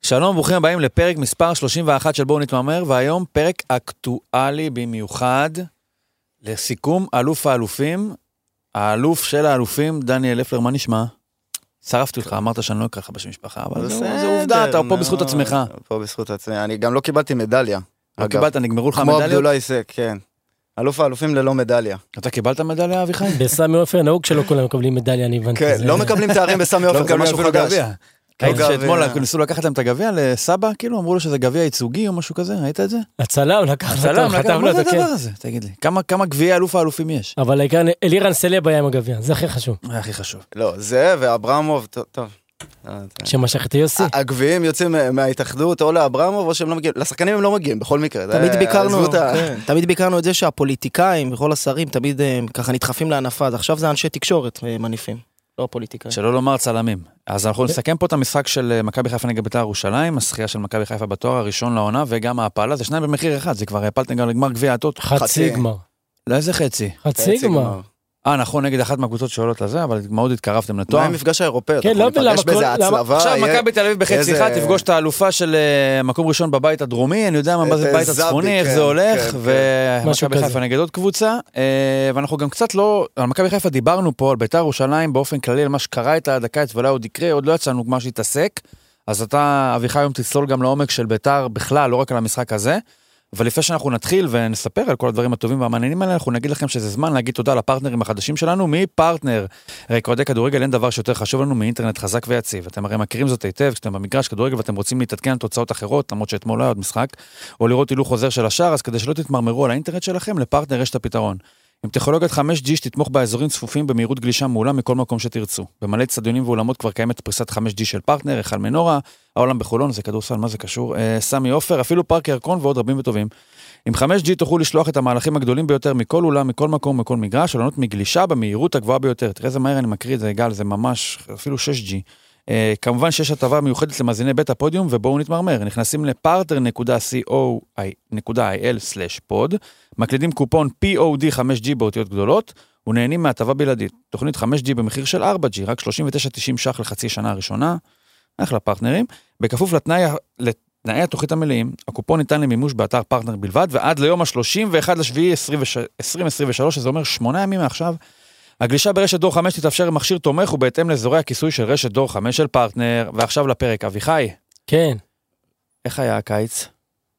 שלום, ברוכים הבאים לפרק מספר 31 של בואו נתמרמר, והיום פרק אקטואלי במיוחד לסיכום אלוף האלופים, האלוף של האלופים, דניאל אפלר, מה נשמע? שרפתי אותך, אמרת שאני לא אקרא לך בשם משפחה, אבל זה עובדה, אתה פה בזכות עצמך. פה בזכות עצמי, אני גם לא קיבלתי מדליה. לא קיבלת, נגמרו לך כמו מדליות? עבדולאי היסק, כן. אלוף האלופים ללא מדליה. אתה קיבלת מדליה, אביחי? בסמי עופר נהוג שלא כולם מקבלים מדליה, אני הבנתי. כן, לא מקבלים תארים בסמי עופר, זה משהו חדש. ראית שאתמול ניסו לקחת להם את הגביע לסבא, כאילו אמרו לו שזה גביע ייצוגי או משהו כזה, ראית את זה? הצלם לקח אותו, חתם מה לו זה את הדבר הכן. הזה? תגיד לי, כמה גביעי אלוף האלופים יש? אבל אלירן סלב היה עם הגביע, זה הכי חשוב. זה הכי חשוב. לא, זה ואברמוב, טוב. שמשך את יוסי. הגביעים יוצאים מההתאחדות או לאברמוב או שהם לא מגיעים, לשחקנים הם לא מגיעים בכל מקרה. תמיד ביקרנו את זה שהפוליטיקאים וכל השרים תמיד ככה נדחפים לענפה, אז עכשיו זה אנשי תקשורת מניפים, לא הפוליטיקאים. שלא לומר צלמים. אז אנחנו נסכם פה את המשחק של מכבי חיפה נגד בית"ר ירושלים, הזכייה של מכבי חיפה בתואר הראשון לעונה, וגם ההפלה, זה שניים במחיר אחד, זה כבר הפלתם גם לגמר גביע הטוטו. חצי גמר. לא, איזה חצי? חצי גמר. נכון, נגד אחת מהקבוצות שעולות לזה, אבל מאוד התקרבתם לתואר. מה המפגש האירופאי? כן, לא בלמה. עכשיו מכבי תל אביב בחצי אחד, תפגוש את האלופה של מקום ראשון בבית הדרומי, אני יודע מה זה בית הצפוני, איך זה הולך, ומכבי חיפה נגד עוד קבוצה, ואנחנו גם קצת לא, על מכבי חיפה דיברנו פה, על בית"ר ירושלים, באופן כללי, על מה שקרה את הדקה, ואולי עוד יקרה, עוד לא יצאנו מה שהתעסק, אז אתה, אביחי, היום תצלול גם לעומק של בית"ר בכלל, לא רק על המשחק הזה. אבל לפני שאנחנו נתחיל ונספר על כל הדברים הטובים והמעניינים האלה, אנחנו נגיד לכם שזה זמן להגיד תודה לפרטנרים החדשים שלנו, מפרטנר. אוהדי כדורגל, אין דבר שיותר חשוב לנו מאינטרנט חזק ויציב. אתם הרי מכירים זאת היטב, כשאתם במגרש כדורגל ואתם רוצים להתעדכן על תוצאות אחרות, למרות שאתמול לא היה עוד משחק, או לראות הילוך חוזר של השאר, אז כדי שלא תתמרמרו על האינטרנט שלכם, לפרטנר יש את הפתרון. עם טכנולוגיית 5G שתתמוך באזורים צפופים במהירות גלישה מעולה מכל מקום שתרצו. במלא צדיונים ואולמות כבר קיימת פריסת 5G של פרטנר, החל מנורה, העולם בחולון, זה כדורסל, מה זה קשור? סמי עופר, אפילו פארק ירקון ועוד רבים וטובים. עם 5G תוכלו לשלוח את המהלכים הגדולים ביותר מכל אולם, מכל מקום, מכל מגרש, ולנות מגלישה במהירות הגבוהה ביותר. תראה איזה מהר אני מקריא את זה, גל, זה ממש אפילו 6G. כמובן שיש הטבה מיוחדת למאזיני בית הפודיום, ובואו נתמרמר. נכנסים לפרטנר.co.il/pod, מקלידים קופון POD 5G באותיות גדולות, ונהנים מהטבה בלעדית. תוכנית 5G במחיר של 4G, רק 39.90 ש"ח לחצי שנה הראשונה. אחלה פרטנרים. בכפוף לתנאי התוכנית המלאים, הקופון ניתן למימוש באתר פרטנר בלבד, ועד ליום ה-31/7/2023, שזה אומר 8 ימים מעכשיו, הגלישה ברשת דור 5 תתאפשר מכשיר תומך ובהתאם לאזורי הכיסוי של רשת דור 5 של פרטנר. ועכשיו לפרק, אביחי. כן. איך היה הקיץ?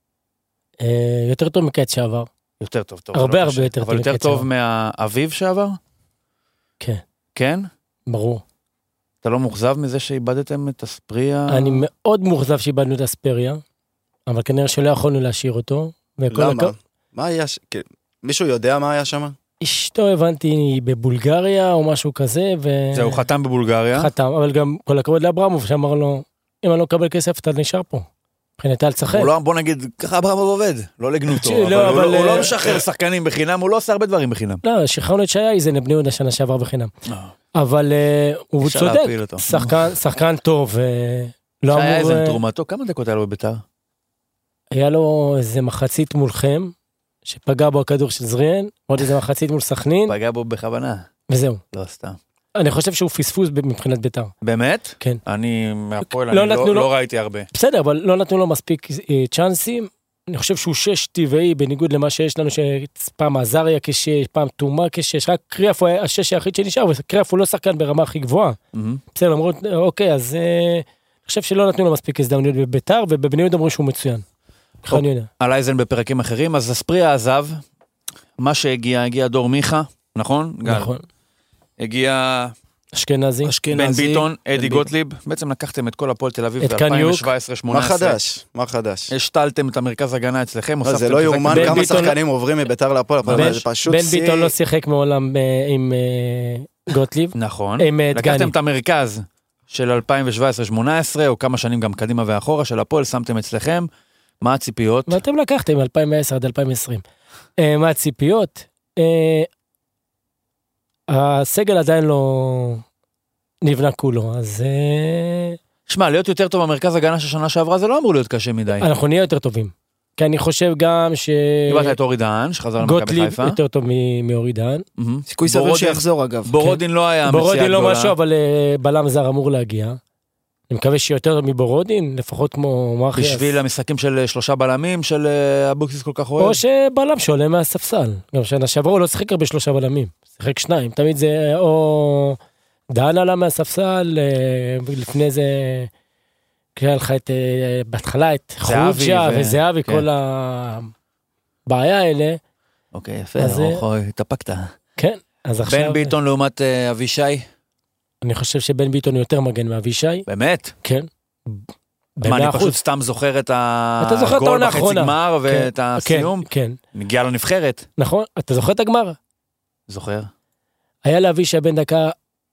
יותר טוב מקיץ שעבר. יותר טוב. הרבה יותר טוב. אבל יותר טוב מהאביב שעבר? כן. כן? ברור. אתה לא מוחזב מזה שאיבדתם את אספריה? אני מאוד מוחזב שאיבדנו את אספריה, אבל כנראה שלא יכולנו להשאיר אותו. למה? מה היה? מישהו יודע מה היה שם? אשתו הבנתי בבולגריה או משהו כזה, זהו, חתם בבולגריה? חתם, אבל גם כל הכבוד לאברמוב שאמר לו, אם אני לא מקבל כסף אתה נשאר פה. מבחינתה לצחק. בוא נגיד, ככה אברמוב עובד, לא לגנותו, אבל הוא לא משחרר שחקנים בחינם, הוא לא עושה הרבה דברים בחינם. לא, שחררנו את שהיה איזה לבני יהודה שנה שעבר בחינם. אבל הוא צודק, שחקן טוב. שהיה איזה תרומתו, כמה דקות היה לו בביתר? היה לו איזה מחצית מולכם, שפגע בו הכדור של זריאן, עוד איזה מחצית מול סכנין. פגע בו בכוונה. וזהו. לא סתם. אני חושב שהוא פספוס מבחינת ביתר. באמת? כן. אני מהפועל, אני לא ראיתי הרבה. בסדר, אבל לא נתנו לו מספיק צ'אנסים. אני חושב שהוא 6 טבעי, בניגוד למה שיש לנו, שפעם עזריה כ6, פעם תומה כ6, רק קריאף הוא ה6 היחיד שנשאר, וקריאף הוא לא שחקן ברמה הכי גבוהה. בסדר, אמרו, אוקיי, אז אני חושב שלא נתנו לו מספיק הזדמנויות בביתר, ובבני יהודה אמרו שהוא מצוין. על אייזן בפרקים אחרים, אז אספריה עזב, מה שהגיע דור מיכה, נכון? נכון. הגיע אשכנזי, בן ביטון, אדי גוטליב, בעצם לקחתם את כל הפועל תל אביב ב-2017-2018. מה חדש? השתלתם את המרכז הגנה אצלכם, זה לא יאומן כמה שחקנים עוברים מביתר להפועל, זה פשוט בן ביטון לא שיחק מעולם עם גוטליב. נכון, לקחתם את המרכז של 2017-2018, או כמה שנים גם קדימה ואחורה של הפועל, שמתם אצלכם, מה הציפיות? ואתם לקחתם 2010 עד 2020. מה הציפיות? הסגל עדיין לא נבנה כולו, אז... שמע, להיות יותר טוב במרכז הגנה של שנה שעברה, זה לא אמור להיות קשה מדי. אנחנו נהיה יותר טובים. כי אני חושב גם ש... דיברת את אורי דהן, שחזר למכבי חיפה. גוטליב יותר טוב מאורי דהן. סיכוי סביר שיחזור אגב. בורודין לא היה בורודין לא משהו, אבל בלם זר אמור להגיע. אני מקווה שיותר מבורודין, לפחות כמו מחיאס. בשביל המשחקים של 3 בלמים של אבוקסיס כל כך אוהב. או שבלם שעולה מהספסל. גם שנה שעברה הוא לא שיחק הרבה 3 בלמים. שיחק 2. תמיד זה או דן עלה מהספסל, לפני זה קרא לך בהתחלה את חוג'ה וזהבי, כל הבעיה האלה. אוקיי, יפה, התאפקת. כן, אז עכשיו... בן ביטון לעומת אבישי? אני חושב שבן ביטון יותר מגן מאבישי. באמת? כן. מה, אני פשוט סתם זוכר את הגול בחצי גמר ואת הסיום? כן. מגיע לנבחרת. נכון, אתה זוכר את הגמר? זוכר. היה לאבישי בין דקה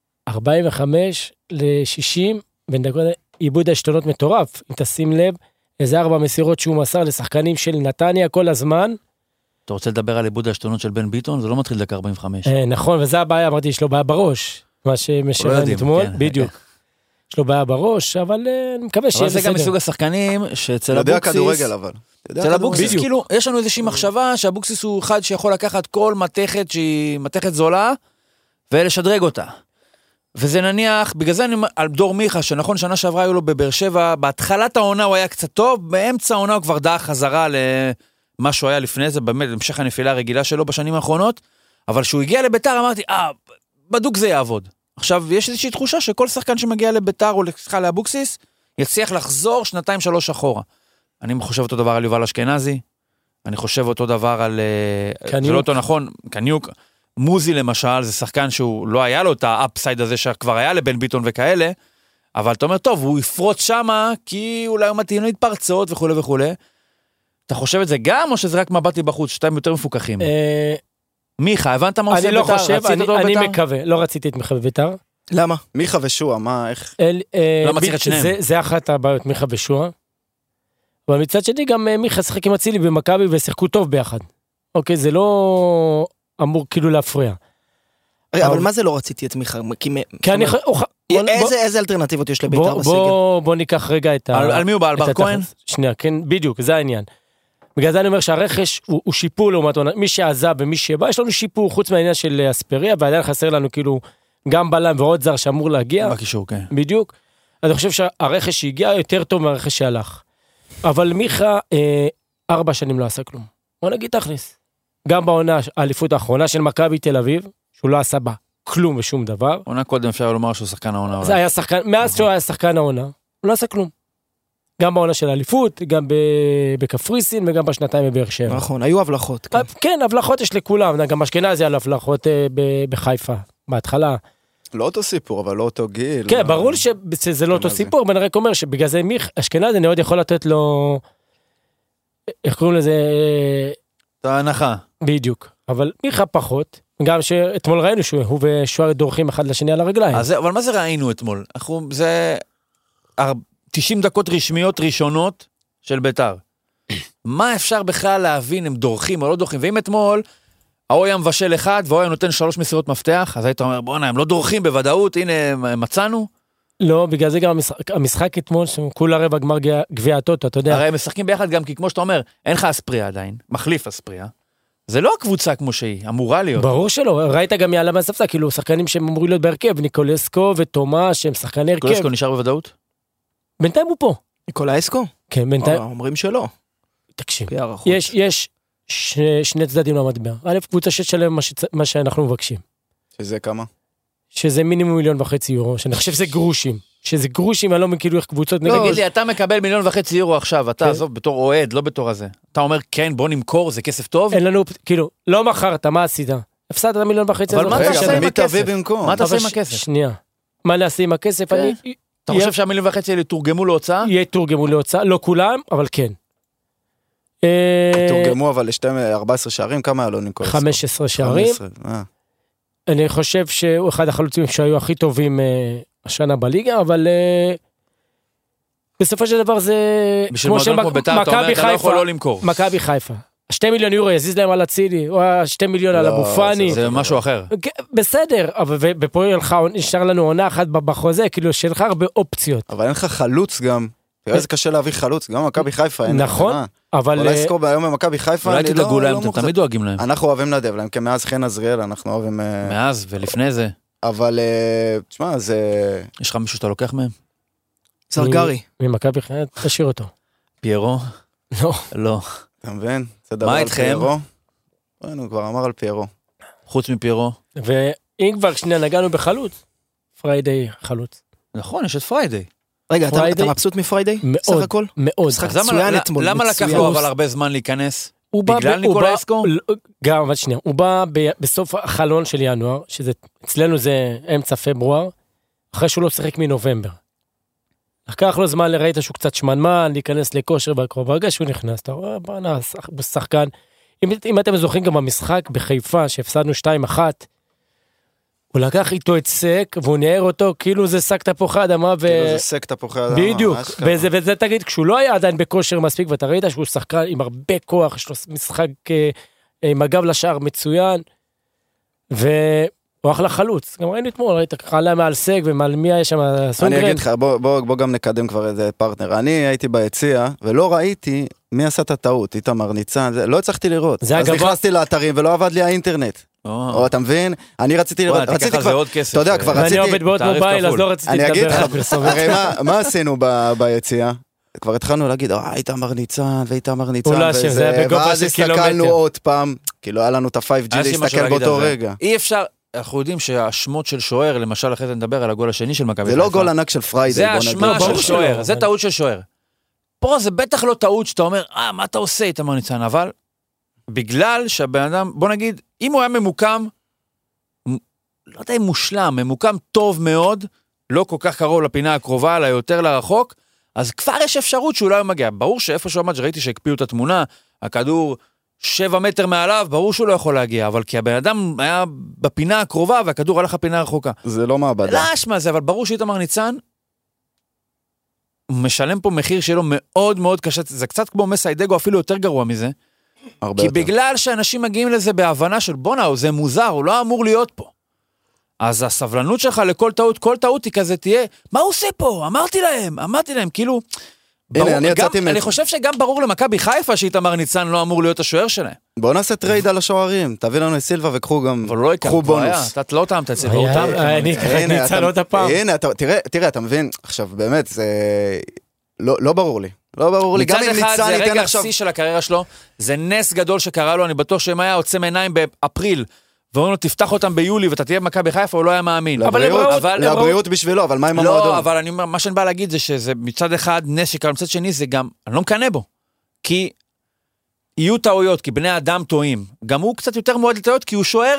45 ל-60, בין דקות עיבוד השתונות מטורף, אם תשים לב, איזה 4 מסירות שהוא מסר לשחקנים של נתניה כל הזמן. אתה רוצה לדבר על עיבוד השתונות של בן ביטון? זה לא מתחיל דקה 45. נכון, וזה הבעיה, אמרתי, יש לו בעיה בראש. מה שמשלם אתמול, בדיוק. יש לו בעיה בראש, אבל אני מקווה שיהיה בסדר. אבל זה גם מסוג השחקנים שאצל יודע אבוקסיס... כדורגל אבל. אצל אבוקסיס, כאילו, יש לנו איזושהי מחשבה שאבוקסיס הוא אחד שיכול לקחת כל מתכת שהיא מתכת זולה, ולשדרג אותה. וזה נניח, בגלל זה אני על דור מיכה, שנכון שנה שעברה היו לו בבאר שבע, בהתחלת העונה הוא היה קצת טוב, באמצע העונה הוא כבר דעה חזרה למה שהוא היה לפני זה, באמת, המשך הנפילה הרגילה שלו בשנים האחרונות, אבל שהוא הגיע לביתר, אמרתי, בדוק זה יעבוד. עכשיו, יש איזושהי תחושה שכל שחקן שמגיע לביתר או לאבוקסיס, יצליח לחזור 2-3 אחורה. אני חושב אותו דבר על יובל אשכנזי, אני חושב אותו דבר על... זה לא אותו נכון, קניוק. מוזי למשל, זה שחקן שהוא לא היה לו את האפסייד הזה שכבר היה לבן ביטון וכאלה, אבל אתה אומר, טוב, הוא יפרוץ שמה, כי אולי הוא מתאים להתפרצות וכו' וכו'. אתה חושב את זה גם, או שזה רק מבט בחוץ, שאתם יותר מפוקחים? מיכה, הבנת מה עושה ביתר? אני מקווה, לא רציתי את מיכה בביתר. למה? מיכה ושועה, מה, איך? למה צריך את שניהם? זה אחת הבעיות, מיכה ושועה. אבל מצד שני גם מיכה שחק עם אצילי במכבי ושיחקו טוב ביחד. אוקיי, זה לא אמור כאילו להפריע. אבל מה זה לא רציתי את מיכה? איזה אלטרנטיבות יש לביתר בסגל? בוא ניקח רגע את ה... על מי הוא בא? על בר כהן? שנייה, כן, בדיוק, זה העניין. בגלל זה אני אומר שהרכש הוא שיפור לעומת מי שעזב ומי שבא, יש לנו שיפור חוץ מהעניין של אספריה, ועדיין חסר לנו כאילו גם בלם ועוד זר שאמור להגיע. בקישור, כן. בדיוק. אני חושב שהרכש שהגיע יותר טוב מהרכש שהלך. אבל מיכה 4 שנים לא עשה כלום. בוא נגיד תכניס. גם בעונה, האליפות האחרונה של מכבי תל אביב, שהוא לא עשה בה כלום ושום דבר. עונה קודם אפשר לומר שהוא שחקן העונה. זה היה שחקן, מאז שהוא היה שחקן העונה, הוא לא עשה כלום. גם בעונה של האליפות, גם בקפריסין וגם בשנתיים בבאר שבע. נכון, היו הבלחות. כן, הבלחות יש לכולם, גם אשכנזי על הבלחות בחיפה, בהתחלה. לא אותו סיפור, אבל לא אותו גיל. כן, ברור שזה לא אותו סיפור, אבל אני רק אומר שבגלל זה אשכנזי אני עוד יכול לתת לו, איך קוראים לזה? את ההנחה. בדיוק, אבל מיכה פחות, גם שאתמול ראינו שהוא ושוער דורכים אחד לשני על הרגליים. אבל מה זה ראינו אתמול? זה 90 דקות רשמיות ראשונות של ביתר. מה אפשר בכלל להבין, הם דורכים או לא דורכים? ואם אתמול, ההוא היה מבשל אחד, והוא היה נותן 3 מסירות מפתח, אז היית אומר, בוא'נה, הם לא דורכים בוודאות, הנה, מצאנו. לא, בגלל זה גם המשחק אתמול, כולה רבע גמר גביע הטוטו, אתה יודע. הרי הם משחקים ביחד גם, כי כמו שאתה אומר, אין לך אספריה עדיין, מחליף אספריה. זה לא הקבוצה כמו שהיא, אמורה להיות. ברור שלא, ראית גם יעלה מהספסל, כאילו שחקנים שהם אמורים להיות בהרכב, ניקולסקו ותומה, שהם שחקני הרכב. ניקולסקו נשאר בוודאות? בינתיים הוא פה. ניקולסקו? כן, בינתיים. אומרים שלא. תקשיב, יש שני צדדים למטבע. א', קבוצה שתשלם מה שאנחנו מבקשים. שזה כמה? שזה מינימום 1.5 מיליון יורו, שאני חושב שזה גרושים. שזה גרושים, אני לא מכיר איך קבוצות... תגיד לי, אתה מקבל 1.5 מיליון יורו עכשיו, אתה עזוב בתור אוהד, לא בתור הזה. אתה אומר, כן, בוא נמכור, זה כסף טוב? אין לנו, כאילו, לא מכרת, מה עשית? הפסדת 1.5 מיליון. אבל מה אתה עושה עם הכסף? מה אתה עושה עם הכסף? שנייה. מה נעשה עם הכסף? אתה חושב שה1.5 מיליון האלה תורגמו להוצאה? יהיה תורגמו להוצאה, לא כולם, אבל כן. תורגמו אבל 14 שערים, כמה היה לו ניקולסקו? 15 שערים. אני חושב שהוא אחד החלוצים שהיו הכי טובים השנה בליגה, אבל בסופו של דבר זה כמו מכבי חיפה. 2 מיליון יורו יזיז להם על אצילי, או 2 מיליון על אבו פאני. זה משהו אחר. בסדר, ופה נשאר לנו עונה אחת בחוזה, כאילו שלך הרבה אופציות. אבל אין לך חלוץ גם. תראה, זה קשה להביא חלוץ, גם מכבי חיפה. נכון, אבל... אולי סקור ביום במכבי חיפה, אולי תדאגו להם, אתם תמיד דואגים להם. אנחנו אוהבים לדב להם, כי מאז חן עזריאל, אנחנו אוהבים... מאז ולפני זה. אבל, תשמע, זה... יש לך מישהו שאתה לוקח מהם? זרגרי. ממכבי חיפה, תשאיר אותו. פיירו? לא. לא. אתה מבין? מה איתכם? הוא כבר אמר על פיירו. חוץ מפיירו? ואם כבר שנייה נגענו בחלוץ, פריידי חלוץ. נכון, יש את פריידי. רגע, אתה מבסוט מפריידי? מאוד, הכל? מאוד. למה לקח לו אבל הרבה זמן להיכנס? בגלל ניקולסקו? גם, אבל שנייה, הוא בא בסוף החלון של ינואר, שזה אצלנו זה אמצע פברואר, אחרי שהוא לא שיחק מנובמבר. לקח לו זמן לראית שהוא קצת שמנמן, להיכנס לכושר והקרוב, ברגע שהוא נכנס, אתה רואה, בנה, בשחקן. אם אתם זוכרים גם במשחק בחיפה, שהפסדנו 2-1, הוא לקח איתו את סק, והוא ניער אותו, כאילו זה סק תפוחי אדמה. כאילו זה סק תפוחי אדמה. בדיוק, וזה תגיד, כשהוא לא היה עדיין בכושר מספיק, ואתה ראית שהוא שחקן עם הרבה כוח, יש לו משחק עם הגב לשער מצוין, והוא אחלה חלוץ. גם ראינו אתמול, ראית עלה מעל סק, ומעל מי היה שם סונגרן. אני אגיד לך, בוא גם נקדם כבר איזה פרטנר. אני הייתי ביציע, ולא ראיתי מי עשה את הטעות, איתמר ניצן, לא הצלחתי לראות. אז נכנסתי לאתרים, ולא עבד לי האינטרנט. או, אתה מבין? אני רציתי לראות, רציתי כבר, אתה יודע, כבר רציתי, ואני עובד בעוד מובייל, אז לא רציתי לדבר על פרסומת. הרי מה עשינו ביציאה? כבר התחלנו להגיד, איתמר ניצן, ואיתמר ניצן, ואז הסתכלנו עוד פעם, כאילו היה לנו את ה-5G להסתכל באותו רגע. אי אפשר, אנחנו יודעים שהשמות של שוער, למשל אחרי זה נדבר על הגול השני של מכבי חיפה. זה לא גול ענק של פריידי. זה השמה של שוער, זה טעות של שוער. פה זה בטח לא טעות שאתה אומר, מה אתה עושה איתמר ניצן, אבל בגלל שהבן אדם, בוא נגיד, אם הוא היה ממוקם, לא יודע אם מושלם, ממוקם טוב מאוד, לא כל כך קרוב לפינה הקרובה, אלא יותר לרחוק, אז כבר יש אפשרות שהוא לא מגיע. ברור שאיפה שהוא עמד, שראיתי שהקפיאו את התמונה, הכדור 7 מטר מעליו, ברור שהוא לא יכול להגיע, אבל כי הבן אדם היה בפינה הקרובה, והכדור הלך לפינה הרחוקה. זה לא מעבדה. לא אשמה זה, אבל ברור שאיתמר ניצן, הוא משלם פה מחיר שלו מאוד מאוד קשה, זה קצת כמו מסיידגו, אפילו יותר גרוע מזה, כי יותר. בגלל שאנשים מגיעים לזה בהבנה של בונה, זה מוזר, הוא לא אמור להיות פה. אז הסבלנות שלך לכל טעות, כל טעות היא כזה תהיה, מה הוא עושה פה? אמרתי להם, כאילו, ברור, אני חושב שגם ברור למכבי חיפה שאיתמר ניצן לא אמור להיות השוער שלהם. בואו נעשה טרייד על השוערים, תביא לנו את סילבה וקחו גם, קחו בונוס. אתה לא טעמת את זה. אני אקח את ניצן עוד הפעם. הנה, תראה, אתה מבין, עכשיו באמת, זה לא ברור לי. לא ברור לי, גם אם ניצן זה ניתן רגע עכשיו... השיא של הקריירה שלו, זה נס גדול שקרה לו, אני בטוח שאם היה עוצם עיניים באפריל, ואומרים לו, תפתח אותם ביולי ותהיה במכבי חיפה, הוא לא היה מאמין. לבריאות בשבילו, אבל מה עם המועדון? לא, אבל מה שאני בא להגיד זה שזה מצד אחד נס שקרה, מצד שני זה גם, אני לא מקנה בו. כי יהיו טעויות, כי בני אדם טועים. גם הוא קצת יותר מועד לטעויות, כי הוא שוער,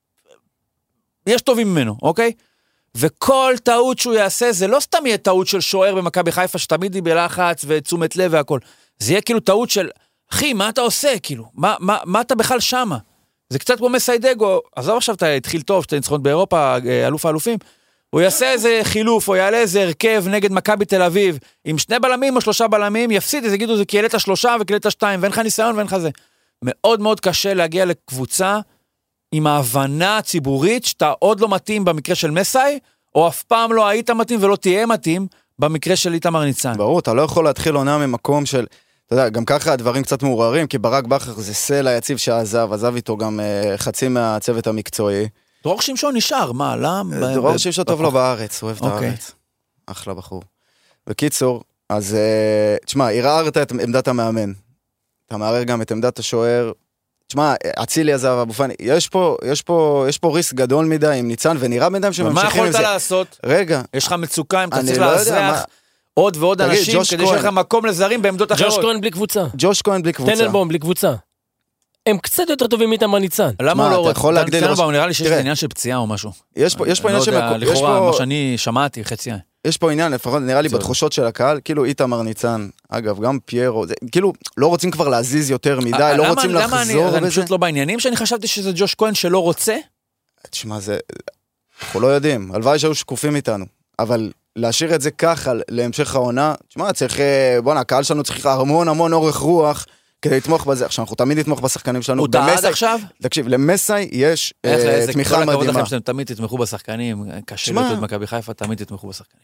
יש טובים ממנו, אוקיי? וכל טעות שהוא יעשה, זה לא סתם יהיה טעות של שוער במכבי חיפה, שתמיד היא בלחץ ותשומת לב והכל. זה יהיה כאילו טעות של, אחי, מה אתה עושה? כאילו, מה אתה בכלל שמה? זה קצת כמו מסיידגו, עזוב עכשיו, אתה התחיל טוב, שאתה ניצחון באירופה, אלוף האלופים, הוא יעשה איזה חילוף, או יעלה איזה הרכב נגד מכבי תל אביב, עם 2 בלמים או 3 בלמים, יפסיד, אז יגידו, זה כי העלית 3 וכי 2, ואין לך ניסיון ואין לך זה. מאוד מאוד קשה להגיע לקבוצה, עם ההבנה הציבורית, שאתה עוד לא מתאים במקרה של מסאי, או אף פעם לא היית מתאים ולא תהיה מתאים, במקרה של איתמר ניצן. ברור, אתה לא יכול להתחיל עונה ממקום של... אתה יודע, גם ככה הדברים קצת מעוררים, כי ברק בכר זה סלע יציב שעזב איתו גם חצי מהצוות המקצועי. דרור שמשון נשאר, מה, למה? דרור שמשון טוב לו בארץ, הוא אוהב את הארץ. אחלה בחור. בקיצור, אז תשמע, ערערת את עמדת המאמן. אתה מערער גם את עמדת השוער. תשמע, אצילי עזב, אבו פאני, יש פה ריסק גדול מדי עם ניצן, ונראה בינתיים שממשיכים עם זה. מה יכולת לעשות? רגע. יש לך מצוקה, אם אתה צריך להזרח עוד ועוד אנשים, כדי שיהיה לך מקום לזרים בעמדות אחרות. ג'וש כהן בלי קבוצה. ג'וש כהן בלי קבוצה. טננבאום בלי קבוצה. הם קצת יותר טובים מאיתמר ניצן. למה הוא לא רוצה? טננבאום נראה לי שיש עניין של פציעה או משהו. יש פה עניין של... לכאורה, מה שאני שמעתי, חצי. יש פה עניין, לפחות נראה לי בתחושות של הקהל, כאילו איתמר ניצן, אגב, גם פיירו, כאילו לא רוצים כבר להזיז יותר מדי, לא רוצים לחזור בזה. אני פשוט לא בעניינים, שאני חשבתי שזה ג'וש כהן שלא רוצה. תשמע, אנחנו לא יודעים, הלוואי שהיו שקופים איתנו, אבל להשאיר את זה ככה להמשך העונה, תשמע, צריך, בוא'נה, הקהל שלנו צריך המון אורך רוח, כדי לתמוך בזה. עכשיו, אנחנו תמיד נתמוך בשחקנים שלנו. הוא דעד עכשיו? תקשיב, למסאי יש תמיכה מדהימה. כל הכבוד לכם שאתם תמיד תתמכו בשחקנים, קשה להיות את מכבי חיפה, תמיד תתמכו בשחקנים.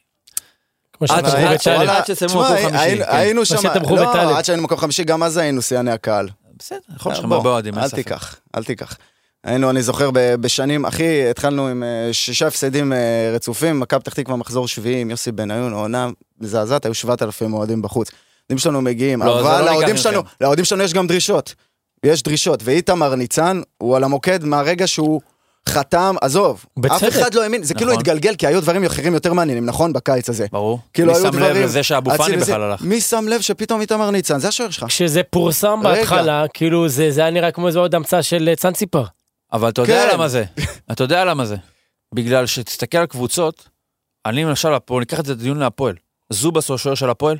עד שסיימו מקום 50. היינו שם, לא, עד שהיינו מקום 50, גם אז היינו שיאני הקהל. בסדר, יכול להיות שכם הרבה אוהדים. אל תיקח. אני זוכר בשנים, אחי, התחלנו עם 6 הפסדים רצופים, מכבי פתח תקווה מחזור 70, יוסי בניון, העונה מזעזעת, היו 7,000 אוהדים בחוץ. האוהדים שלנו מגיעים, אבל לאוהדים שלנו יש גם דרישות. יש דרישות, ואיתמר ניצן, הוא על המוקד מהרגע שהוא חתם, עזוב, אף אחד לא האמין, זה כאילו התגלגל, כי היו דברים אחרים יותר מעניינים, נכון, בקיץ הזה. ברור. מי שם לב לזה שאבו פאני בכלל הלך? מי שם לב שפתאום איתמר ניצן, זה השוער שלך. כשזה פורסם בהתחלה, כאילו זה היה נראה כמו איזו עוד המצאה של צאנציפר. אבל אתה יודע למה זה? אתה יודע למה זה? בגלל שתסתכל על קבוצות, אני למשל, פה ניקח את זה לדיון להפועל. זובס הוא השוער של הפועל.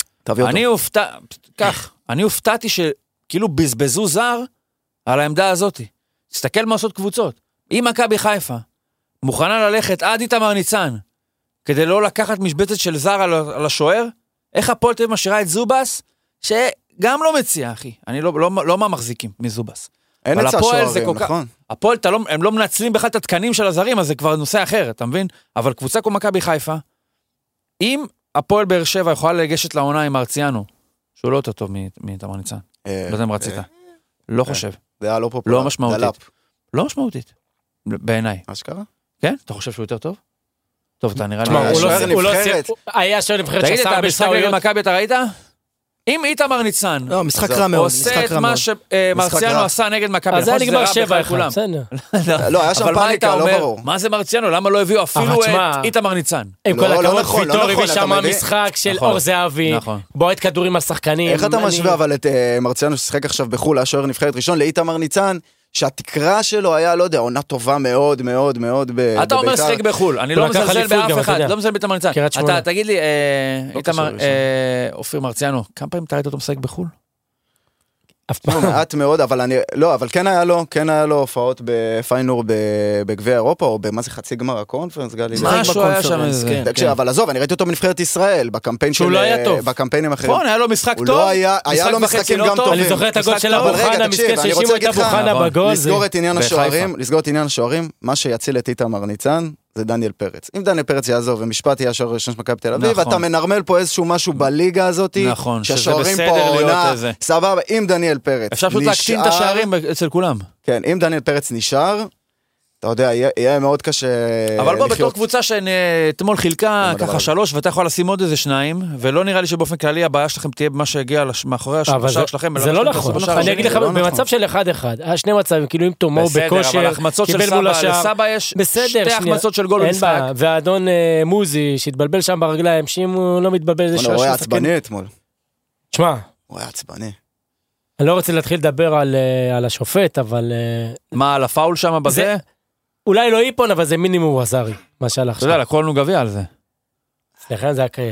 אני הופתעתי שכאילו בזבזו זר על העמדה הזאת. תסתכל מה עושות קבוצות. אם מכבי חיפה מוכנה ללכת עד איתמר ניצן, כדי לא לקחת משבצת של זר על השוער, איך הפועל תל אביב משאירה את זובס, שגם לא מציע, אחי. אני לא מה מחזיקים מזובס. אין הצעה שוערים, נכון. הפועל, הם לא מנצלים בכלל את התקנים של הזרים, אז זה כבר נושא אחר, אתה מבין? אבל קבוצה כמו מכבי חיפה, אם הפועל באר שבע יכולה לגשת לעונה עם מרציאנו, שהוא לא יותר טוב מאיתמר ניצן, לא יודע אם רצית. לא חושב. זה היה לא פופולרי. לא משמעותית. לא משמעותית. בעיניי. אשכרה? כן? אתה חושב שהוא יותר טוב? טוב, אתה נראה לי... היה שוער נבחרת תגיד, אתה משחק נגד מכבי, אתה ראית? אם איתמר ניצן לא, משחק רע מאוד, עושה את מה שמרציאנו עשה נגד מכבי, אז זה נגמר 7-1, לא, היה שם פאניקה, לא ברור. מה זה מרציאנו? למה לא הביאו אפילו את איתמר ניצן? עם כל הכבוד, ויטור הביא שם משחק של אור זהבי, בועט כדורים על שחקנים. איך אתה משווה אבל את מרציאנו ששחק עכשיו בחול, השוער נבחרת ראשון, לאיתמר ניצן, שהתקרה שלו היה, לא יודע, עונה טובה מאוד מאוד מאוד בביתר. אתה אומר שחק בחול, אני לא מזלזל באף אחד, לא מזלזל באיתמר ניצן. אתה תגיד לי, אופיר מרציאנו, כמה פעמים אתה ראית אותו משחק בחול? אף פעם. מעט מאוד, אבל כן היה לו הופעות בפיינור בגביע אירופה, או במה זה חצי גמר הקונפרנס, גלי. משהו היה שם איזה. אבל עזוב, אני ראיתי אותו בנבחרת ישראל, בקמפיין של... שהוא לא היה טוב. בקמפיינים אחרים. נכון, היה לו משחק טוב. היה לו משחקים גם טובים. אני זוכר את הגול של אבו חנה, מסכן שהאשימו את אבו חנה בגול. לסגור את עניין השוערים, מה שיציל את איתמר ניצן, זה דניאל פרץ. אם דניאל פרץ יעזוב ומשפט יהיה השוער ראשון של מכבי תל אביב, אתה מנרמל פה איזשהו משהו בליגה הזאת, שהשוערים פה עונה, סבבה, אם דניאל פרץ אפשר פשוט להקטין את השערים אצל כולם. כן, אם דניאל פרץ נשאר, אתה יודע, יהיה מאוד קשה אבל בוא, בתור קבוצה שאתמול חילקה ככה 3, ואתה יכול לשים עוד איזה 2, ולא נראה לי שבאופן כללי הבעיה שלכם תהיה במה שהגיע מאחורי השער שלכם. זה לא נכון, אני אגיד לך, במצב של 1-1, היה 2 מצבים, כאילו אם תומו בכושר, קיבל מול השער, לסבא יש 2 החמצות של גול במשחק. והאדון מוזי, שהתבלבל שם ברגליים, שאם הוא לא מתבלבל, זה הוא היה עצבני אתמול. תשמע, הוא היה עצבני. אני לא רוצה להתחיל לדבר על השופט, אבל... מה, על הפאול שם בזה? אולי לא איפון, אבל זה מינימום עזרי, מה שהלך שם. אתה יודע, לקחו לנו גביע על זה. סליחה, זה הקריאה.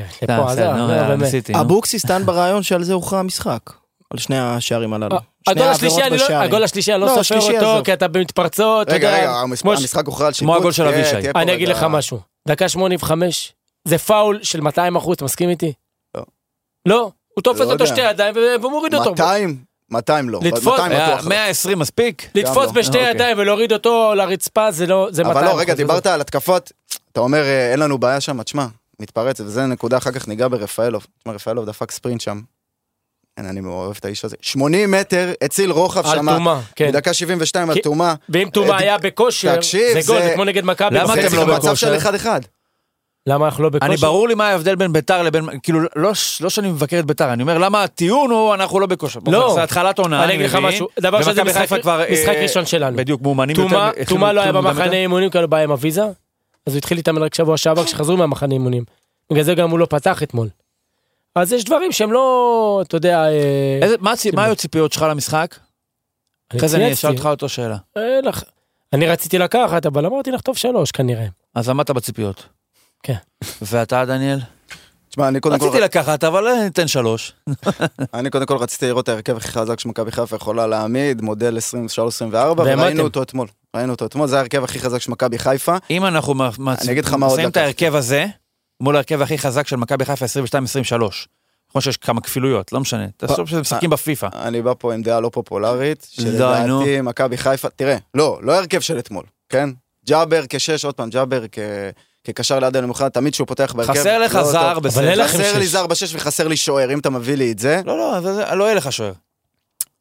אבוקסיס טען ברעיון שעל זה הוכרע המשחק. על שני השערים הללו. הגול השלישי, אני לא סופר אותו, כי אתה במתפרצות. רגע, המשחק הוכרע על שיפוט. כמו הגול של אבישי. אני אגיד לך משהו. דקה 85, זה פאול של 200%, אתה מסכים איתי? לא. לא, הוא תופס אותו 2 ידיים ומוריד אותו. 200 לא. 120 מספיק. לתפוס בשתי ידיים ולהוריד אותו לרצפה, זה 200%. אבל לא, רגע, דיברת על התקפות, אתה אומר, אין לנו בעיה שם, תשמע, מתפרץ, וזה נקודה, אחר כך ניגע ברפאלוב. תשמע, רפאלוב דפק ספרינט שם. אני אוהב את האיש הזה. 80 מטר, הציל רוחב שם. על תומה, כן. בדקה 72 על תומה. ואם תומה היה בכושר, זה גול, זה כמו נגד מכבי. למה אתם לא במצב של 1-1? למה אנחנו לא בכושר? אני ברור לי מה ההבדל בין ביתר לבין, כאילו, לא שאני מבקר את ביתר, אני אומר, למה הטיעון הוא, אנחנו לא בכושר. לא. זה התחלת עונה, אני אגיד לך משהו, דבר שזה משחק ראשון שלנו. בדיוק, מאומנים יותר. תומה לא היה במחנה אימונים, כאלה בא עם הוויזה, אז הוא התחיל איתם רק שבוע שעבר, כשחזרו מהמחנה אימונים. בגלל זה גם הוא לא פתח אתמול. אז יש דברים שהם לא, אתה יודע... מה היו ציפיות שלך למשחק? אחרי זה אני אשאל אותך אותו שאלה. אני רציתי לקחת, אבל אמרתי לך טוב 3 כנראה. אז עמדת בציפיות. כן. ואתה, דניאל? תשמע, אני קודם כל... רציתי לקחת, אבל ניתן 3. אני קודם כל רציתי לראות את ההרכב הכי חזק שמכבי חיפה יכולה להעמיד, מודל 23-24, וראינו אותו אתמול. זה ההרכב הכי חזק של מכבי חיפה. אם אנחנו נסיים את ההרכב הזה, מול ההרכב הכי חזק של מכבי חיפה 22-23. כמו שיש כמה כפילויות, לא משנה. תחשוב שזה משחקים בפיפה. אני בא פה עם דעה לא פופולרית, שלדעתי מכבי חיפה, תראה, לא ההרכב של אתמול, כן? ג'אבר כשש, עוד פעם, ג'אבר כקשר ליד הנמוכה, תמיד שהוא פותח בהרכב. חסר לך זר בסדר. חסר לי זר בשש וחסר לי שוער, אם אתה מביא לי את זה. לא יהיה לך שוער.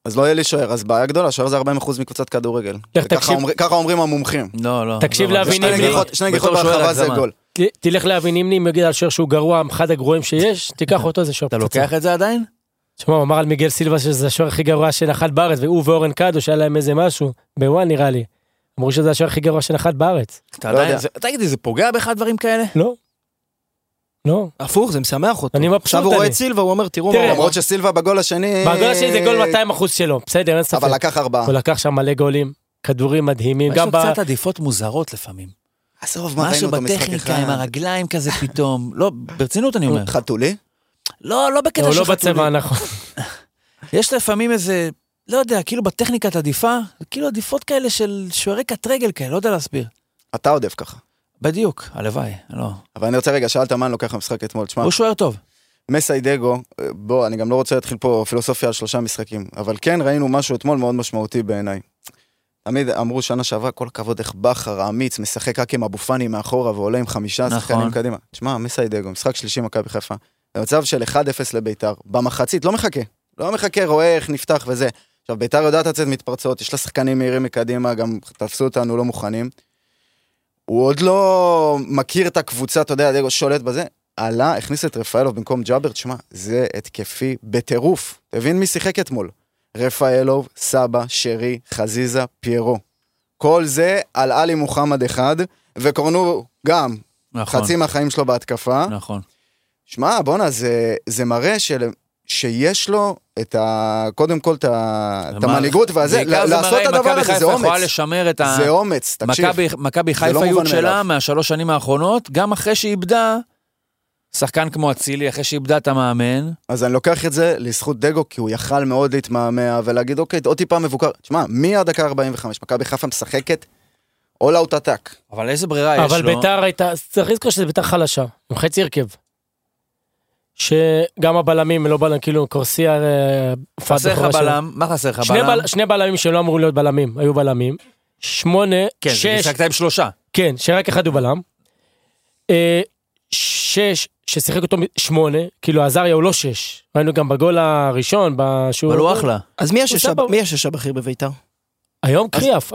אז לא יהיה לי שוער, אז בעיה גדולה, שוער זה 40% מקבוצת כדורגל. ככה אומרים המומחים. לא. תקשיב להבין שני נגיחות ברחבה זה גול. תלך להבין אם נגיד על שוער שהוא גרוע, אחד הגרועים שיש, תיקח אותו, זה שוער פצצה. אתה לוקח את זה עדיין? תשמע, הוא אמר על מיגל סילבה שזה השוער הכי גרוע שנחת בארץ, והוא ואורן קאדו שהיה להם איזה משהו, בוואן נראה לי. אמרו שזה השוער הכי גרוע שנחת בארץ. תגיד, זה פוגע באחד דברים כאלה? לא. הפוך, זה משמח אותו. עכשיו הוא רואה את סילבה, הוא אומר, תראו מה. למרות שסילבה בגול השני... בגול השני זה גול 200% שלו, בסדר, אין ספק. אבל לקח 4. הוא לקח שם מלא גולים, כדורים מדהימים. יש לו קצת עדיפות מוזרות לפעמים. משהו בטכניקה עם הרגליים כזה פתאום. לא, ברצינות אני אומר. חתולי? לא בקטע של חתולי. לא בצבע, נכון. יש לפעמים איזה, לא יודע, כאילו בטכניקת עדיפה, כאילו עדיפות כאלה של שוערי קט רגל כאלה, לא יודע להסביר. אתה עודף ככה. בדיוק, הלוואי, לא. אבל אני רוצה רגע, שאלת מה אני לוקח המשחק אתמול, תשמע. הוא שוער טוב. מסיידגו, בוא, אני גם לא רוצה להתחיל פה פילוסופיה על 3 משחקים, אבל כן ראינו משהו אתמול מאוד משמעותי בעיניי. תמיד אמרו שנה שעברה, כל הכבוד איך בחר, האמיץ, משחק רק עם אבו פאני מאחורה, ועולה עם 5 שחקנים קדימה. תשמע, מסיידגו, משחק שלישי מכבי חיפה, במצב של 1-0 לביתר, במחצית, לא מחכה, רואה איך נפתח וזה. עכשיו, ביתר יודעת לצאת מתפרצות, יש לה שחקנים מהירים מקדימה, גם תפסו אותנו לא מוכנים. הוא עוד לא מכיר את הקבוצה, אתה יודע, דגו שולט בזה, עלה, הכניס את רפאלוב במקום ג'אבר, תשמע, זה התקפי בטירוף. תבין מי שיחק אתמול? רפאלוב, סבא, שרי, חזיזה, פיירו. כל זה על עלי מוחמד אחד, וקורנו גם חצי מהחיים שלו בהתקפה. נכון. שמע, בונה, זה מראה שיש לו קודם כל את המנהיגות והזה, לעשות את הדבר הזה, זה אומץ. זה אומץ, תקשיב. מכבי חיפאיות שלה מה3 שנים האחרונות, גם אחרי שאיבדה, שחקן כמו אצילי, אחרי שאיבדה את המאמן. אז אני לוקח את זה לזכות דגו, כי הוא יכל מאוד להתמהמה, ולהגיד, אוקיי, עוד טיפה מבוקר. תשמע, מי עד דקה 45, מכבי חיפה משחקת, all out attack. אבל איזה ברירה יש לו? אבל ביתר הייתה, צריך לזכור שזה ביתר חלשה, עם חצי הרכב. שגם הבלמים לא בלם, כאילו קורסיה... חסר לך בלם, מה חסר לך בלם? שני בלמים שלא אמרו להיות בלמים, היו בלמים. 8, 6... כן, זה משחקת עם 3. כן, שרק אחד הוא בלם. 6, ששיחק אותו 8, כאילו עזריה הוא לא 6. ראינו גם בגול הראשון, אבל הוא אחלה. אז מי השש הבכיר בביתר? היום קריאף,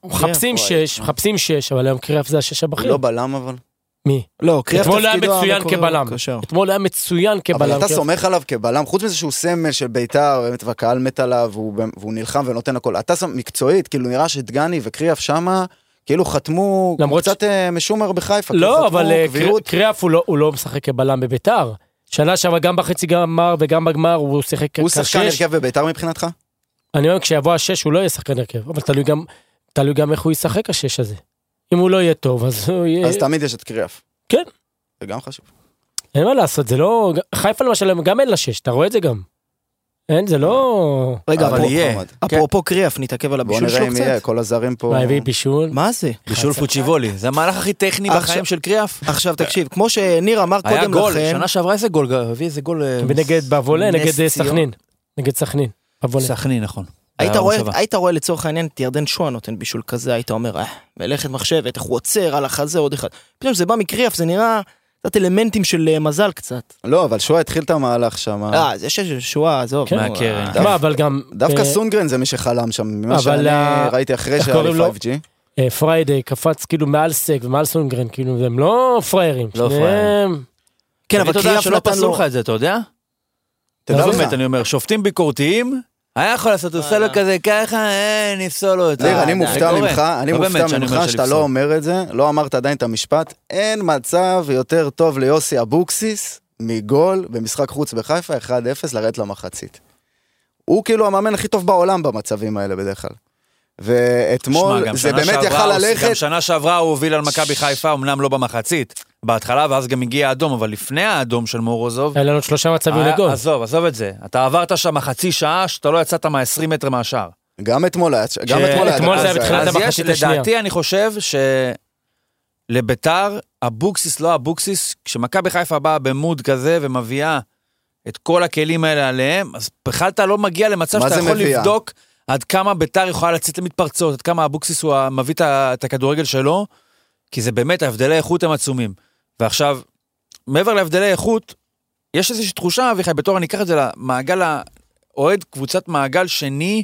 מחפשים 6, אבל היום קריאף זה השש הבכיר. לא בלם אבל. מי? לא, אתמול היה מצוין כבלם. אתמול היה מצוין כבלם. אבל אתה סומך עליו כבלם, חוץ מזה שהוא סמל של ביתר, והקהל מת עליו, והוא נלחם ונותן הכל. אתה מקצועית, כאילו נראה שדגני וקריאף שמה, כאילו חתמו קצת משומר בחיפה. לא, אבל קריאף הוא לא משחק כבלם בביתר. שנה שעברה גם בחצי גמר וגם בגמר הוא שיחק כשש. הוא שחקן הרכב בביתר מבחינתך? אני אומר, כשיבוא השש הוא לא יהיה שחקן הרכב, אבל תלוי גם איך הוא ישחק השש הזה. אם הוא לא יהיה טוב, אז הוא יהיה... אז תמיד יש את קריאף. כן. זה גם חשוב. אין מה לעשות, זה לא... חיפה למשל, גם אין לה שש, אתה רואה את זה גם. אין, זה לא... רגע, אבל יהיה. אפרופו קריאף, נתעכב על הבישול שלו קצת. בוא נראה אם יהיה, כל הזרים פה... מה הביא בישול? מה זה? בישול פוצ'יבולי, זה המהלך הכי טכני בחיים של קריאף. עכשיו תקשיב, כמו שניר אמר קודם לכן... היה גול, שנה שעברה איזה גול, הביא איזה גול... בנגד בבולה, נגד סכנין. נגד סכנין. סכנין, נכון. היית רואה לצורך העניין את ירדן שואה נותן בישול כזה, היית אומר, מלאכת מחשבת, איך הוא עוצר על החזה עוד אחד. פתאום שזה בא מקריאף, זה נראה קצת אלמנטים של מזל קצת. לא, אבל שואה התחיל את המהלך שם. זה ששואה, עזוב. מהקרן. אבל גם... דווקא סונגרן זה מי שחלם שם, ממה שאני ראיתי אחרי שהיה לי 5G. פריידי קפץ כאילו מעל סק ומעל סונגרן, כאילו הם לא פריירים. לא פריירים. כן, אבל קריאף נתן לו... לך את זה, אתה יודע? באמת, אני אומר, שופטים ביקורתיים, היה יכול לעשות, הוא עושה לו כזה ככה, נפסול לו את זה. אני מופתע ממך שאתה לא אומר את זה, לא אמרת עדיין את המשפט, אין מצב יותר טוב ליוסי אבוקסיס מגול במשחק חוץ בחיפה, 1-0 לרדת למחצית. הוא כאילו המאמן הכי טוב בעולם במצבים האלה בדרך כלל. ואתמול זה באמת יכל ללכת. גם שנה שעברה הוא הוביל על מכבי חיפה, אמנם לא במחצית, בהתחלה, ואז גם הגיע האדום, אבל לפני האדום של מורוזוב... היה לנו 3 מצבים לגול. עזוב את זה. אתה עברת שם חצי שעה, שאתה לא יצאת מה-20 מטר מהשאר. גם אתמול היה... אתמול זה היה בתחילת המחצית השנייה. לדעתי אני חושב שלביתר, אבוקסיס לא אבוקסיס, כשמכבי חיפה באה במוד כזה ומביאה את כל הכלים האלה עליהם, אז בכלל אתה לא מגיע למצב שאתה יכול לבדוק עד כמה ביתר יכולה לצאת למתפרצות, עד כמה אבוקסיס הוא מביא את הכדורגל שלו, כי זה באמת, ההבדלי איכות הם עצומים. ועכשיו, מעבר להבדלי איכות, יש איזושהי תחושה, אביחי, בתור אני אקח את זה למעגל אוהד קבוצת מעגל שני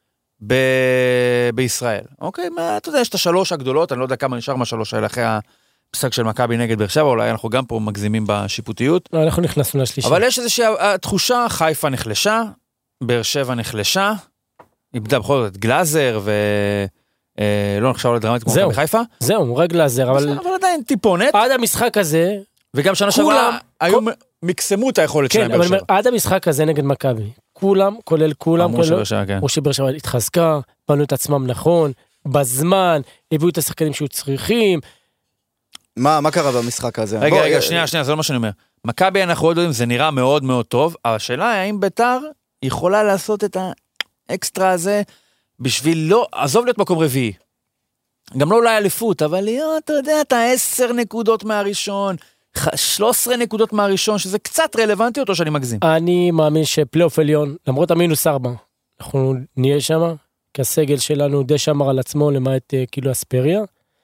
בישראל. אוקיי, אתה יודע, יש את השלוש הגדולות, אני לא יודע כמה נשאר מהשלוש האלה אחרי המשחק של מכבי נגד באר שבע, אולי אנחנו גם פה מגזימים בשיפוטיות. לא, אנחנו נכנסנו לשלישי. אבל יש איזושהי תחושה, חיפה נחלשה, באר שבע נחלשה, איבדה בכל זאת את גלאזר, ולא נחשב לדרמטית כמו מכבי חיפה. זהו, רק גלאזר, אבל עדיין טיפונת. עד המשחק הזה, וגם שנה שעברה, היו מקסמו את היכולת שלהם באר שבע. כן, אבל עד המשחק הזה נגד מכבי, כולם, כולל כולם, אמרו שבאר שבע, כן. או שבאר שבע התחזקה, בנו את עצמם נכון, בזמן, הביאו את השחקנים שהיו צריכים. מה קרה במשחק הזה? רגע, שנייה, זה לא מה שאני אומר. מכבי אנחנו עוד יודעים, זה נראה מאוד מאוד טוב, אבל השאלה האם ביתר יכולה לעשות את האקסטרה הזה, בשביל לא, עזוב להיות מקום רביעי. גם לא אולי אליפות, אבל אתה יודע, אתה 10 נקודות מהראשון, 13 נקודות מהראשון, שזה קצת רלוונטי אותו שאני מגזים. אני מאמין שפלייאוף עליון, למרות המינוס 4, אנחנו נהיה שם, כי הסגל שלנו די שמר על עצמו, למעט כאילו אספריה.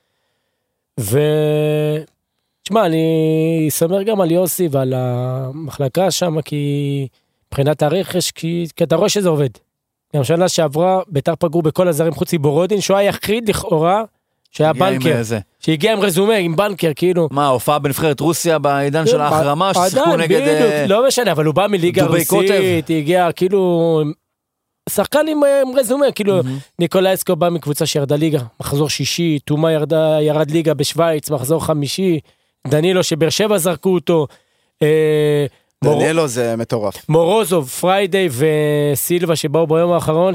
תשמע, אני סומך גם על יוסי ועל המחלקה שם, כי מבחינת הרכש, כי אתה רואה שזה עובד. גם שנה שעברה, ביתר פגעו בכל הזרים חוץ מבורודין, שהוא היה יחיד לכאורה, שהיה בנקר, שהגיע עם רזומה, עם בנקר, כאילו. מה, הופעה בנבחרת רוסיה בעידן של האחרמה, ששיחקו נגד... לא משנה, אבל הוא בא מליגה רוסית, הגיע כאילו... שחקן עם רזומה, כאילו, ניקולאסקו בא מקבוצה שירדה ליגה, מחזור שישי, תומה ירד ליגה בשוויץ, מחזור חמישי, דנילו שבאר שבע זרקו אותו, דנילו זה מטורף. מורוזוב, פריידי וסילבה שבאו ביום האחרון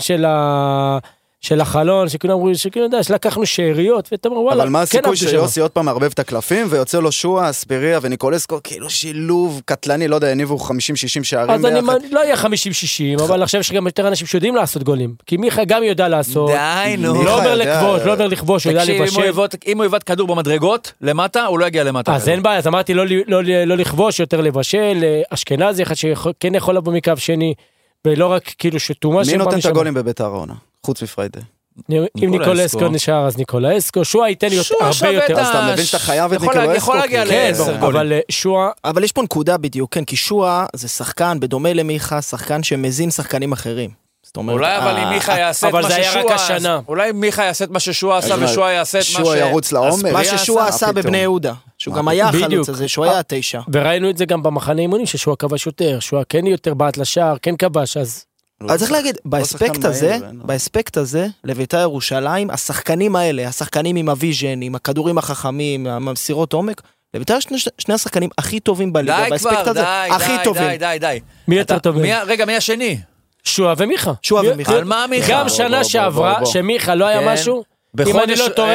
של החלון, שכולם אמרו, שכאילו יודע, שלקחנו שאריות, ואתה אומר, וואלה, אבל מה הסיכוי שיוסי עוד פעם מערבב את הקלפים, ויוצא לו שואה, אספריה וניקולסקו, כאילו שילוב קטלני, לא יודע, יניבו 50-60 שערים ביחד. אז אני לא יהיה 50-60, אבל עכשיו יש גם יותר אנשים שיודעים לעשות גולים, כי מיכה גם יודע לעשות. די, נו. לא אומר לכבוש, הוא יודע לבשל. אם הוא יבד כדור במדרגות, למטה, הוא לא יגיע למטה. אז אין בעיה, אז אמרתי לא לכבוש, יותר לבשל, אשכנזי אחד שכן יכול לבוא מקו שני, ולא רק כאילו שתומה מי נותן את הגולים בביתר העונה? חוץ מפריידי. אם ניקולסקו נשאר, אז ניקולסקו, שואה ייתן לי הרבה יותר. אז אתה מבין שאתה חייב את ניקולסקו? יכול להגיע ל10 גולים. אבל שואה... אבל יש פה נקודה בדיוק, כן, כי שואה זה שחקן, בדומה למיכה, שחקן שמזין שחקנים אחרים. אולי אבל אם מיכה יעשה את מה ששואה... אולי מיכה יעשה את מה ששואה עשה, ושואה יעשה את מה שואה ירוץ לעומק. מה ששואה עשה בבני יהודה. שהוא גם היה החלוץ הזה, שהוא היה 9. וראינו את זה גם במחנה אימונים, ששואה כבש יותר, שואה כן יותר בעט לשער, כן כבש, אז צריך להגיד, באספקט הזה, לביתר ירושלים, השחקנים האלה, השחקנים עם הוויז'ן, עם הכדורים החכמים, עם המסירות עומק, לביתר שני השחקנים הכי טובים בליגה, באספקט הזה, הכי טובים. די. מי יותר טובים? רגע, מי השני? שואה ומיכה. על מה מיכה? גם שנה שעברה, שמיכה לא היה משהו, אם אני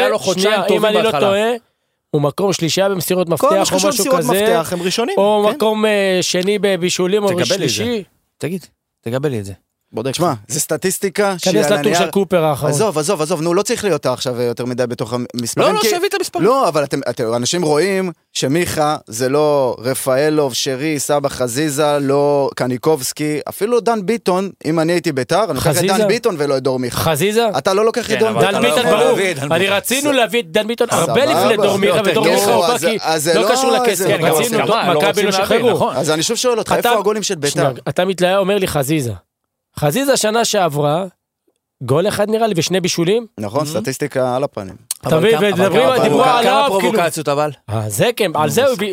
לא טועה, הוא מקום שלישי במסירות מפתח או משהו כזה, או מקום שני בבישולים או שלישי. תגיד, תגבל לי את זה. תשמע, זה סטטיסטיקה כנס לטור של קופר האחרון. עזוב, נו, לא צריך להיות עכשיו יותר מדי בתוך המספרים. לא, שהביא את המספרים. לא, אבל אנשים רואים שמיכה זה לא רפאלוב, שרי, סבא חזיזה, לא קניקובסקי, אפילו דן ביטון, אם אני הייתי ביתר, אני לוקח את דן ביטון ולא את דור מיכה. חזיזה? אתה לא לוקח את דן ביטון. דן ביטון ברור. אני רצינו להביא את דן ביטון הרבה לפני דור מיכה, ודור מיכה הוא בא כי לא קשור לכסף. רצינו, מכבי לא שחררו. אז אני שוב שואל אותך, איפה הגולים של ביתר? אתה מתלהב, אומר לי חזיזה. חזיזה שנה שעברה, גול אחד נראה לי, ושני בישולים. נכון, סטטיסטיקה על הפנים. אתה מבין, דיברו עליו. כמה פרובוקציות אבל? זה כן, על זה הוא...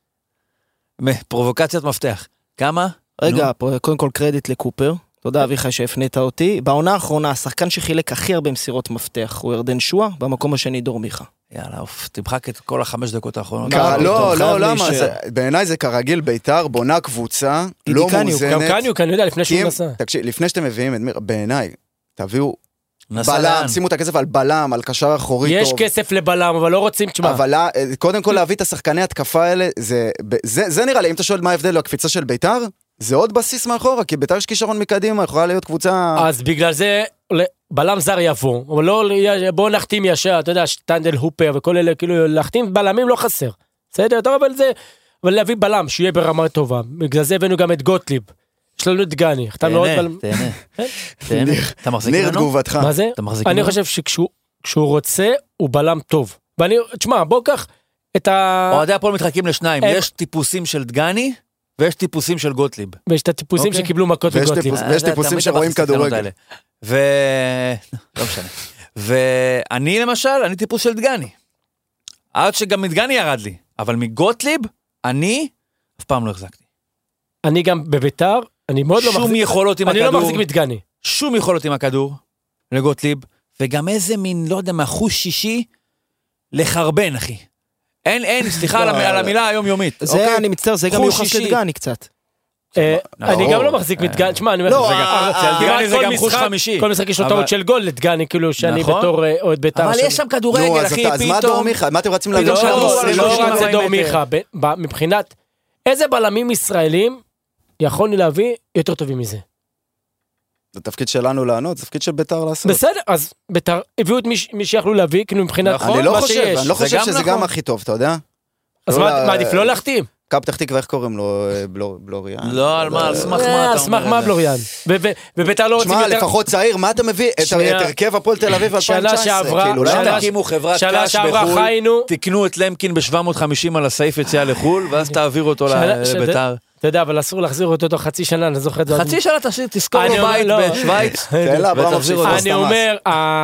פרובוקציות מפתח. כמה? רגע, קודם כל קרדיט לקופר. תודה אביחי שהפנית אותי. בעונה האחרונה, השחקן שחילק הכי הרבה מסירות מפתח, הוא ירדן שואה, במקום השני דור מיכה. יאללה, תמחק את כל 5 דקות האחרונות. לא, למה? בעיניי זה כרגיל ביתר, בונה קבוצה, לא מאוזנת. גם קניוק, אני יודע, לפני שהוא נסע. תקשיב, לפני שאתם מביאים את מיר, בעיניי, תביאו בלם, שימו את הכסף על בלם, על קשר אחורי טוב. יש כסף לבלם, אבל לא רוצים, תשמע. אבל קודם כל להביא את השחקני התקפה האלה, זה נראה לי, אם אתה שואל מה ההבדל לקפיצה של ביתר, זה עוד בסיס מאחורה, כי ביתר יש כישרון מקדימה, יכולה להיות קבוצה... אז בגלל זה, בלם זר יבוא, אבל לא, בואו נחתים ישר, אתה יודע, שטנדל הופר וכל אלה, כאילו, להחתים בלמים לא חסר. בסדר, טוב, אבל להביא בלם, שיהיה ברמה טובה. בגלל זה הבאנו גם את גוטליב. יש לנו את דגני. תהנה. אתה מחזיק ממנו? ניר תגובתך. מה זה? אני חושב שכשהוא רוצה, הוא בלם טוב. ואני, תשמע, בוא קח את ה... אוהדי הפועל מתחלקים לשניים. יש טיפוסים של דגני, ויש טיפוסים של גוטליב. ויש את הטיפוסים שקיבלו מכות מגוטליב. ויש טיפוסים שרואים כדורגל. לא משנה. ואני למשל, אני טיפוס של דגני. עד שגם מדגני ירד לי. אבל מגוטליב, אני אף פעם לא החזקתי. אני גם בביתר, אני מאוד לא מחזיק. שום יכולות עם הכדור. אני לא מחזיק מדגני. שום יכולות עם הכדור, לגוטליב, וגם איזה מין, לא יודע, מאחוז שישי, לחרבן, אחי. אין, סליחה על המילה היומיומית. זה, אני מצטער, זה גם יוחס לדגני קצת. אני גם לא מחזיק מדגני, תשמע, אני אומר, דגני זה גם חוש חמישי. כל משחק יש לו טעות של גול לדגני, כאילו שאני בתור אוהד ביתר. אבל יש שם כדורגל, אחי, פתאום. אז מה דור מיכה? מה אתם רוצים להגיד? לא רצה דור מיכה. מבחינת, איזה בלמים ישראלים יכולנו להביא יותר טובים מזה? זה תפקיד שלנו לענות, זה תפקיד של ביתר לעשות. בסדר, אז ביתר הביאו את מי שיכלו להביא, כאילו מבחינת אני לא חושב שזה גם הכי טוב, אתה יודע? אז מה עדיף לא להחתים? קו פתח תקווה, איך קוראים לו? בלוריאן? לא, על מה, על סמך מה? על סמך מה בלוריאן? וביתר לא רוצים יותר... שמע, לפחות צעיר, מה אתה מביא? את הרכב הפועל תל אביב 2019. שנה תקימו חברת קש בחול, תקנו את למקין ב-750 על הסעיף יציאה לחול, ואז תעביר אותו לביתר. אתה יודע, אבל אסור להחזיר אותו תוך חצי שנה, אני זוכר את זה. חצי שנה תזכור לו בית בשוויץ. אני אומר,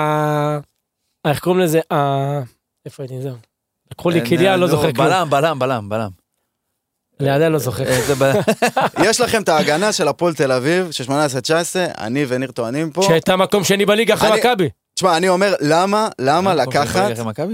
איך קוראים לזה? איפה הייתי? זהו. לקחו לי כליה, לא זוכר כלום. בלם. אני עדיין לא זוכר. יש לכם את ההגנה של הפועל תל אביב, של 18-19, אני וניר טוענים פה. שהייתה מקום שני בליגה אחרי מכבי. תשמע, אני אומר, למה לקחת...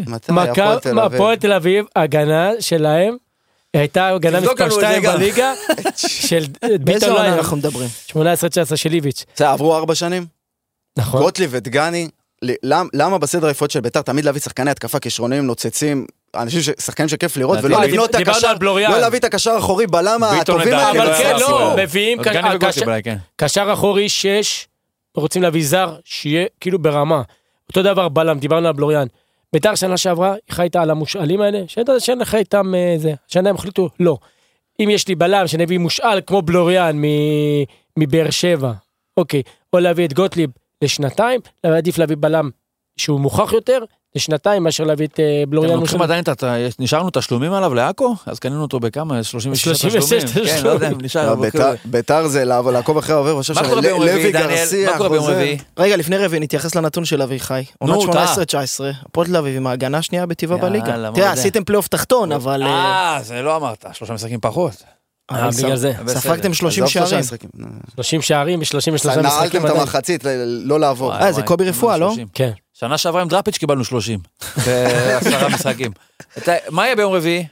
הפועל תל אביב, ההגנה שלהם, הייתה הגנה מספר 2 בליגה, של באיזה עונה אנחנו מדברים? 18-19 של ליביץ'. עברו 4 שנים. נכון. גוטליב ודגני, למה בסדר היפות של ביתר תמיד להביא שחקני התקפה כישרוניים נוצצים, אנשים שחקנים שכיף לראות, ולא לבנות את הקשר, לא להביא את הקשר האחורי בלם הטובים האלה. אבל כן, לא, מביאים קשר אחורי 6, רוצים להביא זר, שיהיה כאילו ברמה. אותו דבר בלם, דיברנו על בלוריאן. ביתר שנה שעברה, היא חייתה על המושאלים האלה, שנה חייתם זה, שנה הם החליטו, לא. אם יש לי בלם שנביא מושאל כמו בלוריאן מבאר שבע, אוקיי, או להביא את גוטליב לשנתיים, עדיף להביא בלם שהוא מוכח יותר, לשנתיים, מאשר להביא את בלוריאן. אתם לוקחים עדיין, נשארנו תשלומים עליו לעכו? אז קנינו אותו בכמה? 36 תשלומים. כן, לא יודע, נשאר. ביתר זה לעקוב אחרי העובר, מה קורה ביום רביעי, דניאל? מה קורה ביום רביעי? רגע, לפני רביעי, נתייחס לנתון של אביחי. עונת 18-19, הפועל תל אביב עם ההגנה השנייה בטבעה בליגה. תראה, עשיתם פלייאוף תחתון, אבל... זה לא אמרת, 3 משחקים פחות. בגלל זה. ספגתם 30 שערים. 30 שערים ב-33 משחקים. נעלתם את המחצית, לא לעבור. זה קובי רפואה, לא? כן. שנה שעברה עם דראפיץ' קיבלנו 30. ב10 משחקים. מה יהיה ביום רביעי?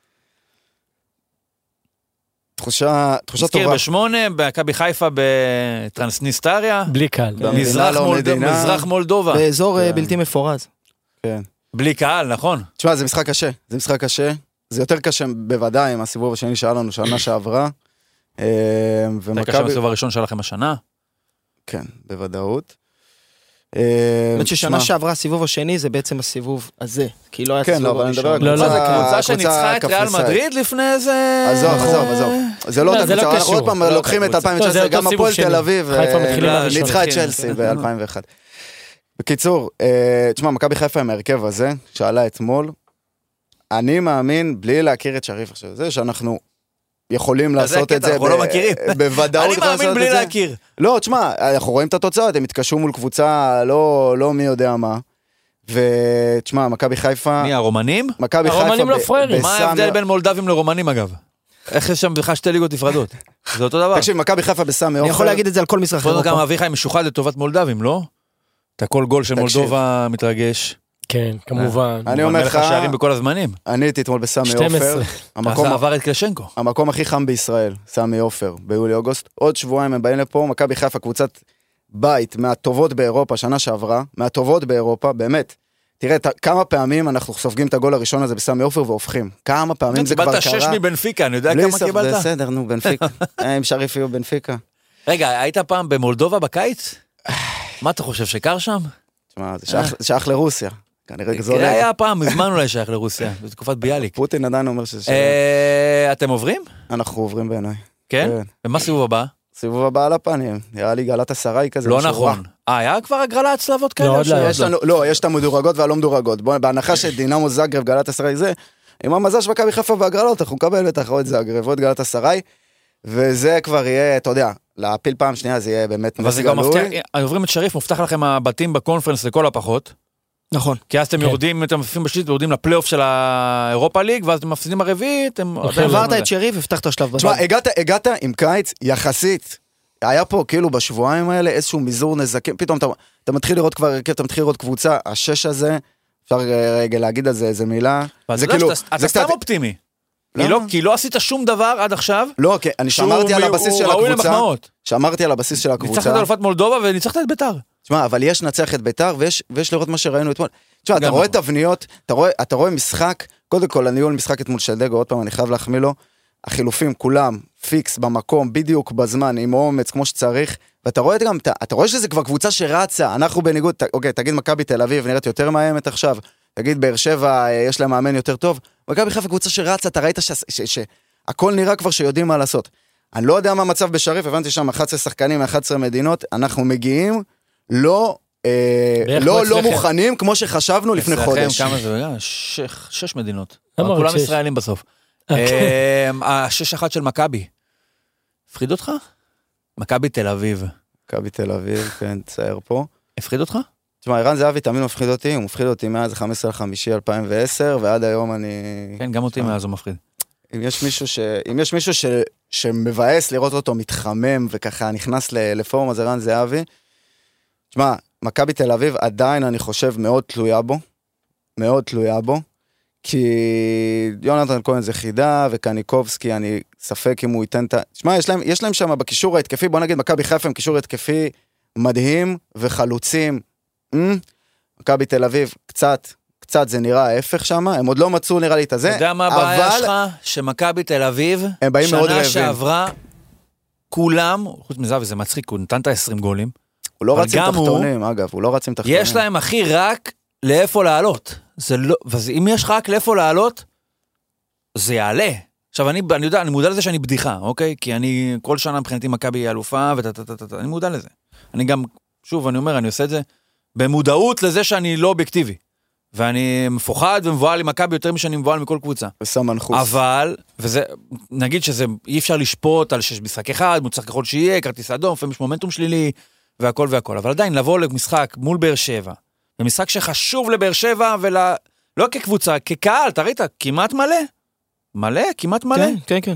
תחושה טובה. ב8, במכבי חיפה בטרנסניסטריה. בלי קהל. מזרח מולדובה. באזור בלתי מפורז. כן. בלי קהל, נכון. תשמע, זה משחק קשה. זה יותר קשה בוודאי עם הסיבוב השני שהיה לנו שנה שעברה. יותר קשה בסיבוב הראשון שלכם השנה? כן, בוודאות. באמת ששנה שעברה הסיבוב השני זה בעצם הסיבוב הזה, כי לא היה סיבוב הראשון. קבוצה שניצחה את ריאל מדריד לפני זה... עזוב. זה לא אותה קבוצה, אנחנו עוד פעם לוקחים את 2019, גם הפועל תל אביב ניצחה את צ'לסי ב-2001. בקיצור, תשמע, מכבי חיפה עם ההרכב הזה, שעלה אתמול, אני מאמין, בלי להכיר את שריף עכשיו, זה שאנחנו יכולים לעשות את זה, אנחנו לא מכירים. בוודאות. אני מאמין בלי להכיר. לא, תשמע, אנחנו רואים את התוצאות, הם התקשו מול קבוצה, לא מי יודע מה. ותשמע, מכבי חיפה... מי, הרומנים? מכבי חיפה... הרומנים לא פריירים. מה ההבדל בין מולדבים לרומנים אגב? איך יש שם בכלל 2 ליגות נפרדות? זה אותו דבר. תקשיב, מכבי חיפה בסמי אופר... אני יכול להגיד את זה על כל מזרח אירופה. גם אביחי משוחד לטובת מולדבים, לא? אתה כל גול של מולדובה מתרגש. כן, כמובן. אני אומר לך... שערים בכל הזמנים. אני הייתי אתמול בסמי אופר. זה עבר את קלשנקו. המקום הכי חם בישראל, סמי אופר, ביולי-אוגוסט. עוד שבועיים הם באים לפה, מכבי חיפה קבוצת בית מהטובות באירופה, שנה שעברה, מהטובות באירופה, באמת. תראה, כמה פעמים אנחנו סופגים את הגול הראשון הזה בסמי אופר והופכים. כמה פעמים זה כבר קרה. קיבלת 6 מבנפיקה, אני יודע כמה קיבלת? בסדר, נו, בנפיקה. עם שריפי ובנפיקה. רגע, היית פעם במולדובה בקיץ? מה אתה חושב, שקר שם? תשמע, זה שייך לרוסיה. זה היה פעם, מזמן אולי שייך לרוסיה, בתקופת ביאליק. פוטין עדיין אומר שזה... אתם עוברים? אנחנו עוברים בעיניי. כן? ומה סיבוב הבא? סיבוב הבא על הפנים, נראה לי גלת השרי כזה. לא נכון. היה כבר הגרלה הצלבות כאלה? לא, יש את המדורגות והלא מדורגות. בהנחה שדינמו זאגרב, גלת השרי זה, עם המזל של מכבי חיפה והגרלות, אנחנו נקבל בטח עוד זאגרב, עוד גלת השרי. וזה כבר יהיה, אתה יודע, להפיל פעם שנייה זה יהיה באמת נס גלוי. עוברים את שריף, מובטח לכם הבתים בקונפרנס לכל הפחות. נכון. כי אז אתם יורדים, אתם מפסידים בשליט, ויורדים לפלייאוף של האירופה ליג, ואז אתם מפסידים הרביעית, עברת את שריף, הבטחת שלב בבית. תשמע, הגעת עם קיץ יחסית, היה פה כאילו בשבועיים האלה איזשהו מזעור נזקים, פתאום אתה מתחיל לראות כבר הרכב, אתה מתחיל לראות קבוצה, השש הזה, אפשר רגע להגיד על זה איזה מילה. זה כאילו, אתה סתם אופטימי. כי לא עשית שום דבר עד עכשיו. לא, אני שמרתי על הבסיס של הקבוצה. שמרתי על הבסיס של הקבוצה. ניצחת את אלופת מולדובה וניצחת את ביתר. תשמע, אבל יש נצח את ביתר, ויש לראות מה שראינו אתמול. תשמע, אתה רואה תבניות, אתה רואה משחק, קודם כל, הניהול משחק אתמול של דגו, עוד פעם, אני חייב להחמיא לו, החילופים, כולם, פיקס במקום, בדיוק בזמן, עם אומץ, כמו שצריך, ואתה רואה גם, אתה רואה שזה כבר קבוצה שרצה, אנחנו בניגוד, אוקיי, תגיד מכבי תל אביב, נראית יותר מאיימת עכשיו, תגיד באר שבע, יש להם מאמן יותר טוב, מכבי חיפה קבוצה שרצה, אתה ראית שהכל נראה כבר שיודעים מה לעשות. אני לא יודע מה המצב בשריף, הבנתי שם 11 שחקנים מ-11 מדינות, אנחנו מגיעים, לא מוכנים, כמו שחשבנו לפני חודש. כמה זה? 6 מדינות. כולם ישראלים בסוף. 6-1 של מכבי. הפחיד אותך? מכבי תל אביב. מכבי תל אביב, כן, צייר פה. הפחיד אותך? תשמע, ערן זהבי תמיד מפחיד אותי, הוא מפחיד אותי מאז 15/5/2010, ועד היום אני... כן, גם אותי מאז הוא מפחיד. אם יש מישהו שמבאס לראות אותו מתחמם, וככה נכנס לפורום, אז ערן זהבי, תשמע, מכבי תל אביב עדיין, אני חושב, מאוד תלויה בו, כי יונתן כהן זה חידה, וקניקובסקי, אני ספק אם הוא ייתן את... תשמע, יש להם שם בקישור ההתקפי, בוא נגיד, מכבי חיפה עם קישור התקפי מדהים, וחלוצים, מכבי תל אביב, קצת זה נראה ההפך שם, הם עוד לא מצאו נראה לי את הזה, אתה יודע מה הבעיה שלך? שמכבי תל אביב, שנה שעברה, כולם, חוץ מזה, וזה מצחיק, הוא נתן את 20 גולים, הוא לא רץ עם תחתונים, אגב, הוא לא רץ עם תחתונים. יש להם הכי רק לאיפה לעלות. אם יש רק לאיפה לעלות, זה יעלה. עכשיו, אני מודע לזה שאני בדיחה, אוקיי? כי אני כל שנה מבחינתי מכבי אלופה, אני מודע לזה. אני גם, שוב, אני אומר, אני עושה את זה במודעות לזה שאני לא אובייקטיבי. ואני מפוחד ומבועל עם מכבי יותר משאני מבועל מכל קבוצה. וסמנחוס. אבל, נגיד שזה אי אפשר לשפוט על 6 משחק אחד, מוצח ככל שיהיה, כרטיס אדום, לפעמים יש מומנטום שלילי, והכל, אבל עדיין לבוא למשחק מול באר שבע, במשחק שחשוב לבאר שבע, לא כקבוצה, כקהל, אתה ראית, כמעט מלא, כמעט מלא. כן.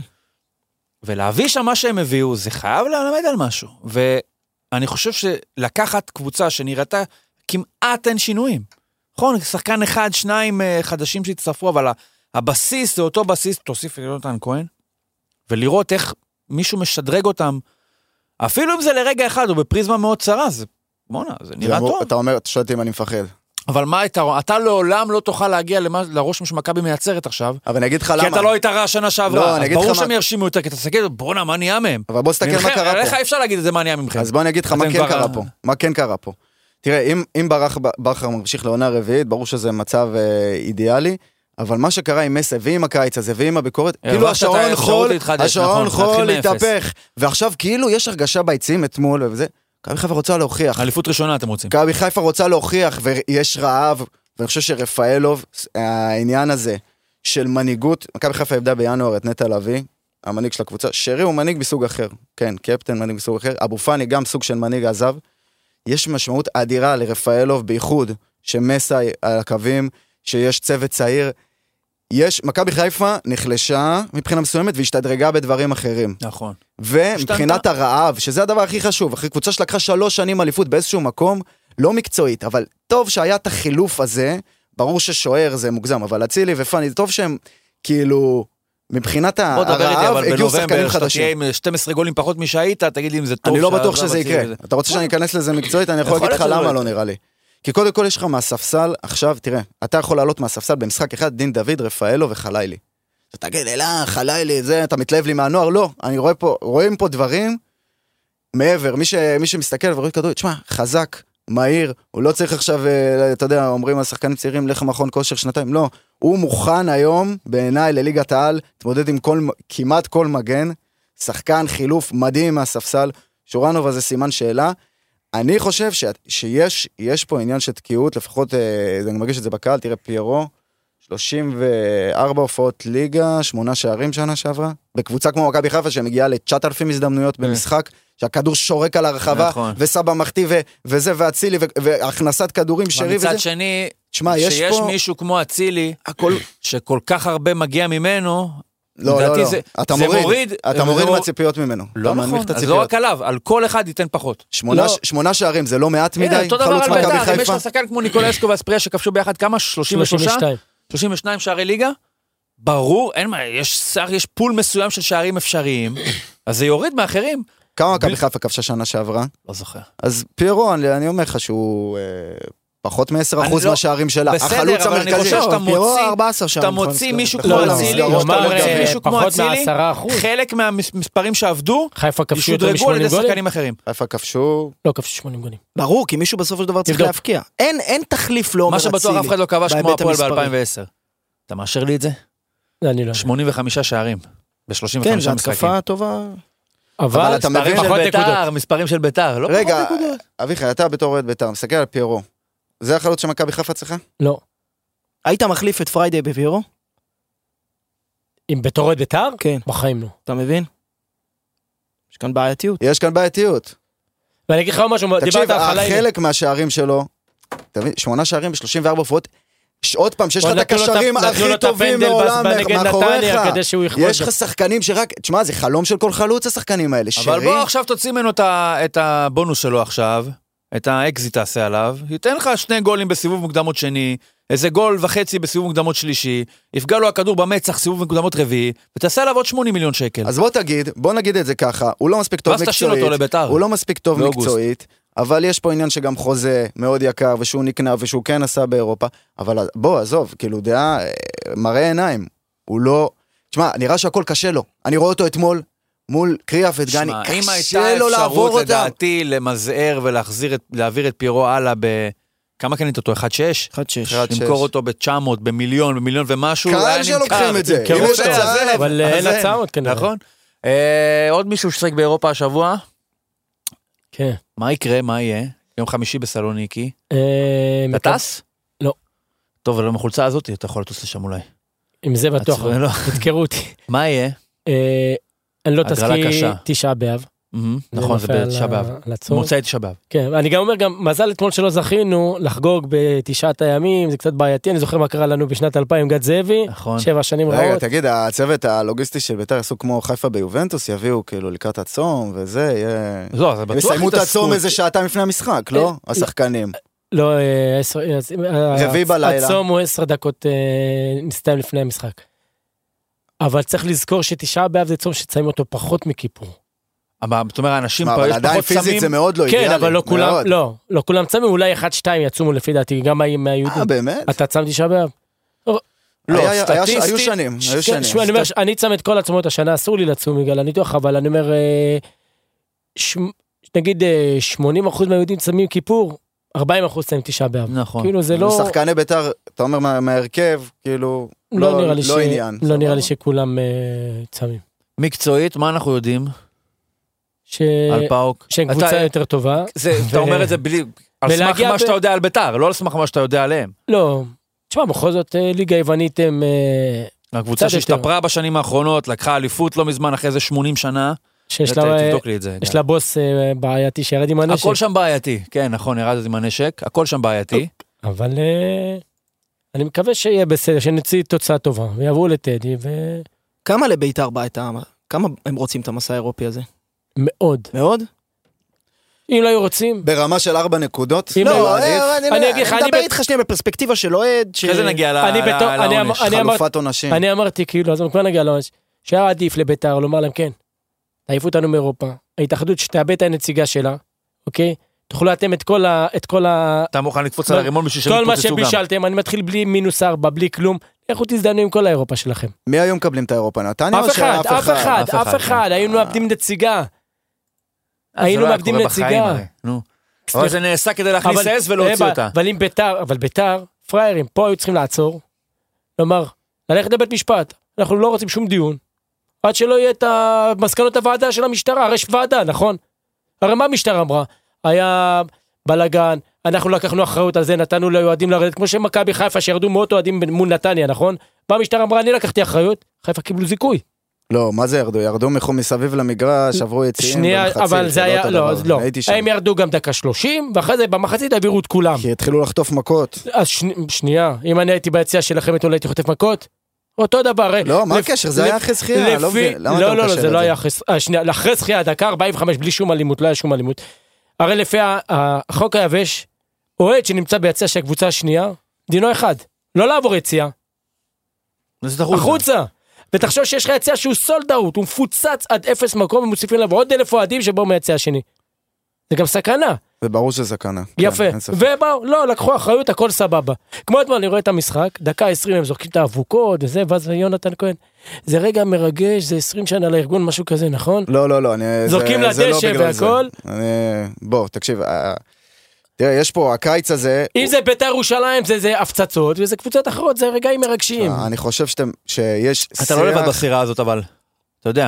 ולהביא שם מה שהם הביאו, זה חייב ללמד על משהו. ואני חושב שלקחת קבוצה שנראתה, כמעט אין שינויים. נכון, שחקן 1-2 חדשים שהצטרפו, אבל הבסיס זה אותו בסיס, תוסיף יונתן כהן, ולראות איך מישהו משדרג אותם, אפילו אם זה לרגע אחד, או בפריזמה מאוד צרה, זה נראה טוב. אתה אומר, אתה שואל אותי אם אני מפחד. אבל מה היתרון? אתה לעולם לא תוכל להגיע לראש שמכבי מייצרת עכשיו. אבל אני אגיד לך למה. כי אתה לא היית רע שנה שעברה. אז ברור שהם ירשימו יותר, כי אתה תסתכל, בוא'נה, מה נהיה מהם? אבל בוא נסתכל מה קרה פה. איך אפשר להגיד את זה, מה נהיה ממכם? אז בוא אני אגיד לך מה כן קרה פה. תראה, אם ברחר ממשיך לעונה רביעית, ברור שזה מצב אידיאלי, אבל מה שקרה עם מסה ועם הקיץ הזה ועם הביקורת, כאילו השעון חול התהפך, ועכשיו כאילו יש הרגשה ביציעים אתמול וזה, מכבי חיפה רוצה להוכיח. אליפות ראשונה אתם רוצים. מכבי חיפה רוצה להוכיח, ויש רעב, ואני חושב שרפאלוב, העניין הזה של מנהיגות, מכבי חיפה הבדה בינואר את נטע לביא, המנהיג של הקבוצה, שרי הוא מנהיג בסוג אחר, כן, קפטן מנהיג בסוג אחר, אבו פאני גם סוג של מנהיג עזב, יש משמעות אדירה לרפאלוב בייחוד, שמסה על הקווים, שיש צוות צעיר, מכבי חיפה נחלשה מבחינה מסוימת, והשתדרגה בדברים אחרים. נכון. ומבחינת הרעב, שזה הדבר הכי חשוב, אחרי קבוצה שלקחה 3 שנים אליפות באיזשהו מקום, לא מקצועית, אבל טוב שהיה את החילוף הזה, ברור ששוער זה מוגזם, אבל אצילי ופני, זה טוב שהם כאילו... מבחינת הרעב, הגיעו שחקנים חדשים. תהיה עם 12 גולים פחות משהיית, תגיד לי אם זה טוב. אני לא בטוח שזה יקרה. אתה רוצה שאני אכנס לזה מקצועית, אני יכול להגיד לך למה לא נראה לי. כי קודם כל יש לך מהספסל, עכשיו תראה, אתה יכול לעלות מהספסל במשחק אחד, דין דוד, רפאלו וחלילי. אתה תגיד, אלא, חלילי, זה, אתה מתלהב לי מהנוער, לא, אני רואים פה דברים, מעבר, מי שמסתכל ורואה כדור, תשמע, חזק, מהיר, הוא לא צריך עכשיו, אתה יודע, אומרים השחקנים צעירים, לך מכון כושר 2, לא, הוא מוכן היום, בעיניי, לליגת העל, תמודד עם כמעט כל מגן, שחקן, חילוף, מדהים מהספסל, שורנוב הזה סימן שאלה, אני חושב שיש פה עניין של תקיעות, לפחות, אני מרגיש את זה בקהל, תראה פיירו, 34 הופעות ליגה, 8 שערים שנה שעברה, בקבוצה כמו מכבי חיפה שמגיעה ל-9,000 הזדמנויות במשחק, שהכדור שורק על הרחבה, וסבא מחטיא וזה, ואצילי, והכנסת כדורים שרי וזה. מצד שני, שיש מישהו כמו אצילי, שכל כך הרבה מגיע ממנו, לא, אתה מוריד מהציפיות ממנו. לא נכון, אז לא רק עליו, על כל אחד ייתן פחות. 8 שערים, זה לא מעט מדי, חלוץ מכבי חיפה. אם יש לך שחקן כמו ניקולסקו ואספריה שכבשו ביחד כמה? 32 שערי ליגה? ברור, אין מה, יש פול מסוים של שערים אפשריים, אז זה יוריד מאחרים. כמה מכבי חיפה כבשה שנה שעברה? לא זוכר. אז פיירו, אני אומר לך שהוא פחות מ-10% מהשערים שלה. בסדר, אבל אני חושב שאתה מוציא מישהו כמו אצילי, חלק מהמספרים שעבדו, ישודרגו על ידי שחקנים אחרים. חיפה כבשו... לא כבשו 80 גולים. ברור, כי מישהו בסופו של דבר צריך להפקיע. אין תחליף לעומר אצילי. מה שבטוח אף אחד לא כבש כמו הפועל ב-2010. אתה מאשר לי את זה? אני לא. 85 שערים. ב-35 משחקים. כן, זו התקפה טובה. אבל מספרים של ביתר. רגע, אביחי, אתה בתור אוהד ביתר, מסתכל על פיירו. זה החלוץ שמכבי חיפה צריכה? לא. היית מחליף את פריידי בפיירו? אם בתור אוהד ביתר? כן. בחיים לא. אתה מבין? יש כאן בעייתיות. ואני אגיד לך משהו, תקשיב, החלק מהשערים שלו, 8 שערים ב-34 הופעות, עוד פעם, שיש לך את הקשרים הכי טובים מעולם מאחוריך, יש לך שחקנים שרק, תשמע, זה חלום של כל חלוץ השחקנים האלה, אבל בוא עכשיו תוציא ממנו את הבונוס שלו עכשיו, את האקזיט תעשה עליו, ייתן לך 2 גולים בסיבוב מוקדמות שני, איזה גול וחצי בסיבוב מוקדמות שלישי, יפגע לו הכדור במצח סיבוב מוקדמות רביעי, ותעשה עליו עוד 80 מיליון שקל. אז בוא נגיד את זה ככה, הוא לא מספיק טוב מקצועית, אבל יש פה עניין שגם חוזה מאוד יקר, ושהוא נקנה, ושהוא כן עשה באירופה, אבל בוא, עזוב, כאילו דעה, מראה עיניים, הוא לא, תשמע, נראה שהכל קשה לו, אני רואה אותו אתמול, מול קריאף ודגני, קשה לו לעבור אותם. לדעתי למזער ולהעביר את פיירו הלאה כמה קנית אותו? 1.6? 1.6. למכור אותו ב-900, במיליון ומשהו. קהל שלוקחים את זה. אבל אין הצעות כנראה. נכון. עוד מישהו ששחק באירופה השבוע? כן. מה יקרה? מה יהיה? יום חמישי בסלוניקי. אתה טס? לא. טוב, אבל בחולצה הזאת אתה יכול לטוס לשם אולי. עם זה בטוח, תתקרו אותי. מה יהיה? אני לא תסקי 9 באב. נכון, זה בתשעה באב. מוצאי תשעה באב. כן, אני גם אומר, מזל אתמול שלא זכינו לחגוג בתשעת הימים, זה קצת בעייתי, אני זוכר מה קרה לנו בשנת 2000, גד זאבי, 7 שנים רעות. רגע, תגיד, הצוות הלוגיסטי של ביתר יעשו כמו חיפה ביובנטוס, יביאו כאילו לקראת הצום, וזה יהיה... לא, זה בטוח יסיימו את הצום איזה שעתיים לפני המשחק, לא? השחקנים. לא, רביעי בלילה. הצום הוא 10 דקות נסתיים לפני המשחק. אבל צריך לזכור שתשעה באב זה צום שצמים אותו פחות מכיפור. זאת אומרת, האנשים פה, יש פחות צמים. עדיין פיזית זה מאוד לא אידיאלי. כן, אבל לא כולם צמים, אולי 1-2 יצומו לפי דעתי, גם מהיהודים. באמת? אתה צם תשעה באב? לא, היו שנים. אני צם את כל הצומות השנה, אסור לי לצום בגלל הניתוח, אבל אני אומר, נגיד 80% מהיהודים צמים כיפור, 40% צמים תשעה באב. נכון. כאילו זה לא... שחקני ביתר, אתה אומר מהרכב, כאילו, לא עניין. לא נראה לי שכולם צמים. מקצועית, מה אנחנו יודעים? על פאוק. שהם קבוצה יותר טובה. אתה אומר את זה על סמך מה שאתה יודע על ביתר, לא על סמך מה שאתה יודע עליהם. לא. תשמע, בכל זאת ליגה יוונית הם... הקבוצה שהשתפרה בשנים האחרונות, לקחה אליפות לא מזמן אחרי איזה 80 שנה. תבדוק לי את זה. יש לה בוס בעייתי שירד עם הנשק. הכל שם בעייתי, כן, נכון, ירד עם הנשק, הכל שם בעייתי. אבל אני מקווה שיהיה בסדר, שנציא תוצאה טובה, ויעברו לטדי ו... כמה לביתר בעייתה? כמה הם רוצים את המסע האירופי הזה? מאוד. מאוד? אם לא היו רוצים... ברמה של 4 נקודות? לא, אני מדבר איתך שנייה בפרספקטיבה של אוהד. אחרי זה נגיע לעונש. חלופת עונשים. אני אמרתי כאילו, אז כבר נגיע לעונש, שהיה עדיף לביתר, לומר להם כן, תעיפו אותנו מאירופה, ההתאחדות שתאבד את הנציגה שלה, אוקיי? תוכלו אתם את כל ה... אתה מוכן לקפוץ על הרימון בשביל שהם יתפוצצו גם. כל מה שבישלתם, אני מתחיל בלי -4, בלי כלום, איך תזדנו עם כל האירופה שלכם? מי היום מקבלים את האירופה? נתניה או אף אחד, היינו מאבדים נציגה. היינו מאבדים נציגה. אבל זה נעשה כדי להכניס אס ולהוציא אותה. אבל ביתר, פריירים, פה היו צריכים לעצור, לומר, ללכת לבית משפט, אנחנו לא רוצים שום דיון, עד שלא יהיה את מסקנות הוועדה של המשטרה, הרי יש ועדה, נכון? הרי מה המשטרה אמרה? היה בלגן, אנחנו לקחנו אחריות על זה, נתנו ליועדים לרדת, כמו שמכבי חיפה שירדו מאות אוהדים מול נתניה, נכון? במשטרה אמרה, אני לקחתי אחריות, חיפה קיבלו זיכוי. לא, מה זה ירדו? ירדו מסביב למגרש, עברו יציאים שנייה, אבל זה היה, לא, הם ירדו גם דקה 30, ואחרי זה במחצית העבירו את כולם. כי התחילו לחטוף מכות. אז שנייה, אם אני הייתי ביציאה שלכם, אולי הייתי חוטף מכות? אותו דבר. לא, מה הקשר? זה היה אחרי זכייה, לא, זה לא היה אחרי זכייה, דקה 45 בלי שום אלימות, לא היה שום אלימות. הרי לפי החוק היבש, אוהד שנמצא ביציאה של הקבוצה השנייה, דינו אחד, לא לעבור יציאה. החוצה. ותחשוב שיש לך יציאה שהוא סולד אאוט, הוא מפוצץ עד 0 מקום, ומוסיפים לו עוד 1,000 אוהדים שבאו מהיציאה השני. זה גם סכנה. זה ברור שזה סכנה. יפה. ובאו, לא, לקחו אחריות, הכל סבבה. כמו אתמול, אני רואה את המשחק, דקה 20 הם זורקים את האבוקות, וזה, ואז יונתן כהן. זה רגע מרגש, זה 20 שנה לארגון, משהו כזה, נכון? לא, זורקים לדשא והכל. בוא, תקשיב, תראה, יש פה הקיץ הזה... אם זה בית"ר ירושלים, זה הפצצות, וזה קבוצות אחרות, זה רגעים מרגשים. אני חושב שיש... אתה לא לבד בסירה הזאת, אבל, אתה יודע.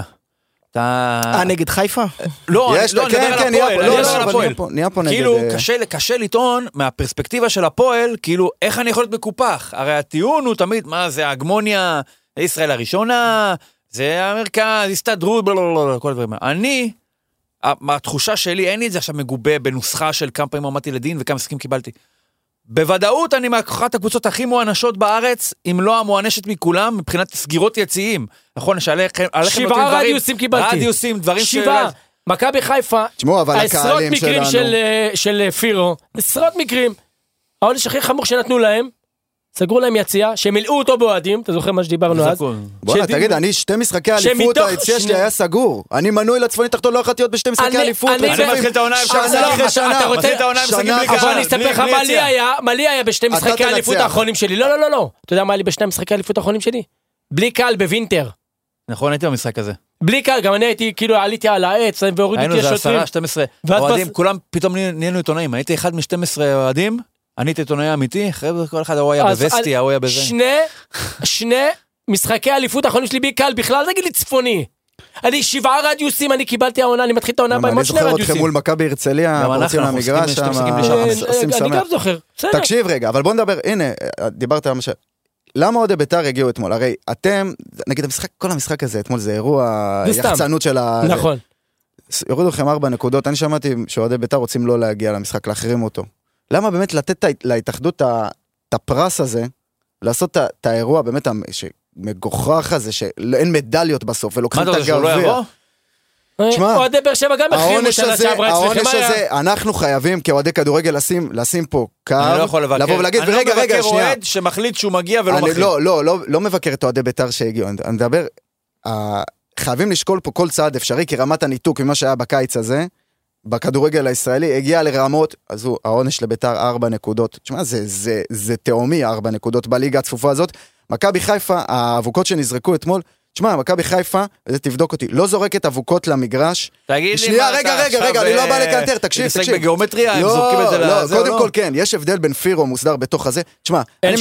נגד חיפה? לא, אני מדבר על הפועל. נהיה פה נגד... כאילו, קשה לטעון מהפרספקטיבה של הפועל, כאילו, איך אני יכול להיות מקופח? הרי הטיעון הוא תמיד, מה זה, הגמוניה, ישראל הראשונה, זה המרכז, הסתדרות, כל הדברים. אני... התחושה שלי, אין לי את זה עכשיו מגובה בנוסחה של כמה פעמים עמדתי לדין וכמה משחקים קיבלתי. בוודאות אני מאחת הקבוצות הכי מוענשות בארץ, אם לא המוענשת מכולם, מבחינת סגירות יציאים. נכון, שעליכם 7 רדיוסים קיבלתי. רדיוסים, דברים 7. מכבי חיפה, עשרות מקרים של פירו, עשרות מקרים. העונש הכי חמור שנתנו להם, סגרו להם יציאה, שמילאו אותו באוהדים, אתה זוכר מה שדיברנו אז? בוא'נה, תגיד, אני 2 משחקי אליפות, היציאה שלי היה סגור. אני מנוי לצפוני תחתון, לא יכולתי להיות ב2 משחקי אליפות. אני מתחיל את העונה עם שנה אחרי שנה. מתחיל את העונה עם משחקים בלי קהל. אבל אני אספר לך מה לי היה ב2 משחקי האליפות האחרונים שלי. לא. אתה יודע מה היה לי ב2 משחקי האליפות האחרונים שלי? בלי קהל בווינטר. נכון, הייתי במשחק הזה. בלי קהל, גם אני הייתי, כאילו עליתי על העץ, והורידו אותי השוטרים. 10-12 אוהדים, כולם פתאום נהיינו עיתונאים. הייתי אחד מ12 אוהדים. אני עיתונאי אמיתי, אחרי כל אחד הוא היה בווסטיה, הוא היה בזה. שני משחקי האליפות האחרונים שלי בקהל בכלל, תגיד לי צפוני. אני 7 רדיוסים, אני קיבלתי העונה, אני מתחיל את העונה עם עוד 2 רדיוסים. אני זוכר אתכם מול מכבי הרצליה, רוצים למגרש, אני גם זוכר. תקשיב רגע, אבל בוא נדבר, הנה, דיברת על מה למה עוד בית"ר הגיעו אתמול? הרי אתם, נגיד כל המשחק הזה, אתמול זה אירוע יחצנות של ה... נכון. יורידו לכם 4 נקודות, אני שמעתי שאוהדי בית"ר רוצים לא להגיע למשחק, להחרים אותו. למה באמת לתת להתאחדות את הפרס הזה, לעשות את האירוע באמת שמגוחך הזה, שאין מדליות בסוף, ולוקחים את הגביע. אוהדי באר שבע גם החרימו שנה שעברה אצלכם. העונש הזה, אנחנו חייבים כאוהדי כדורגל לשים פה קו, לבוא ולהגיד, ורגע, אני לא מבקר אוהד שמחליט שהוא מגיע ולא מחליט. לא מבקר את אוהדי בית"ר שהגיעו, אני מדבר, חייבים לשקול פה כל צעד אפשרי, כי רמת הניתוק ממה שהיה בקיץ הזה, בכדורגל הישראלי, הגיע לרמות, אז העונש לביתר 4 נקודות. תשמע, זה תאומי 4 נקודות בליגה הצפופה הזאת. מכבי חיפה, האבוקות שנזרקו אתמול, תשמע, מכבי חיפה, זה תבדוק אותי, לא זורקת אבוקות למגרש. תגיד לי מה אתה עכשיו... רגע, אני לא בא לקנטר, תקשיב. נשחק בגיאומטריה, הם זורקים את זה לזה או לא? קודם כל כן, יש הבדל בין פירו מוסדר בתוך הזה. תשמע,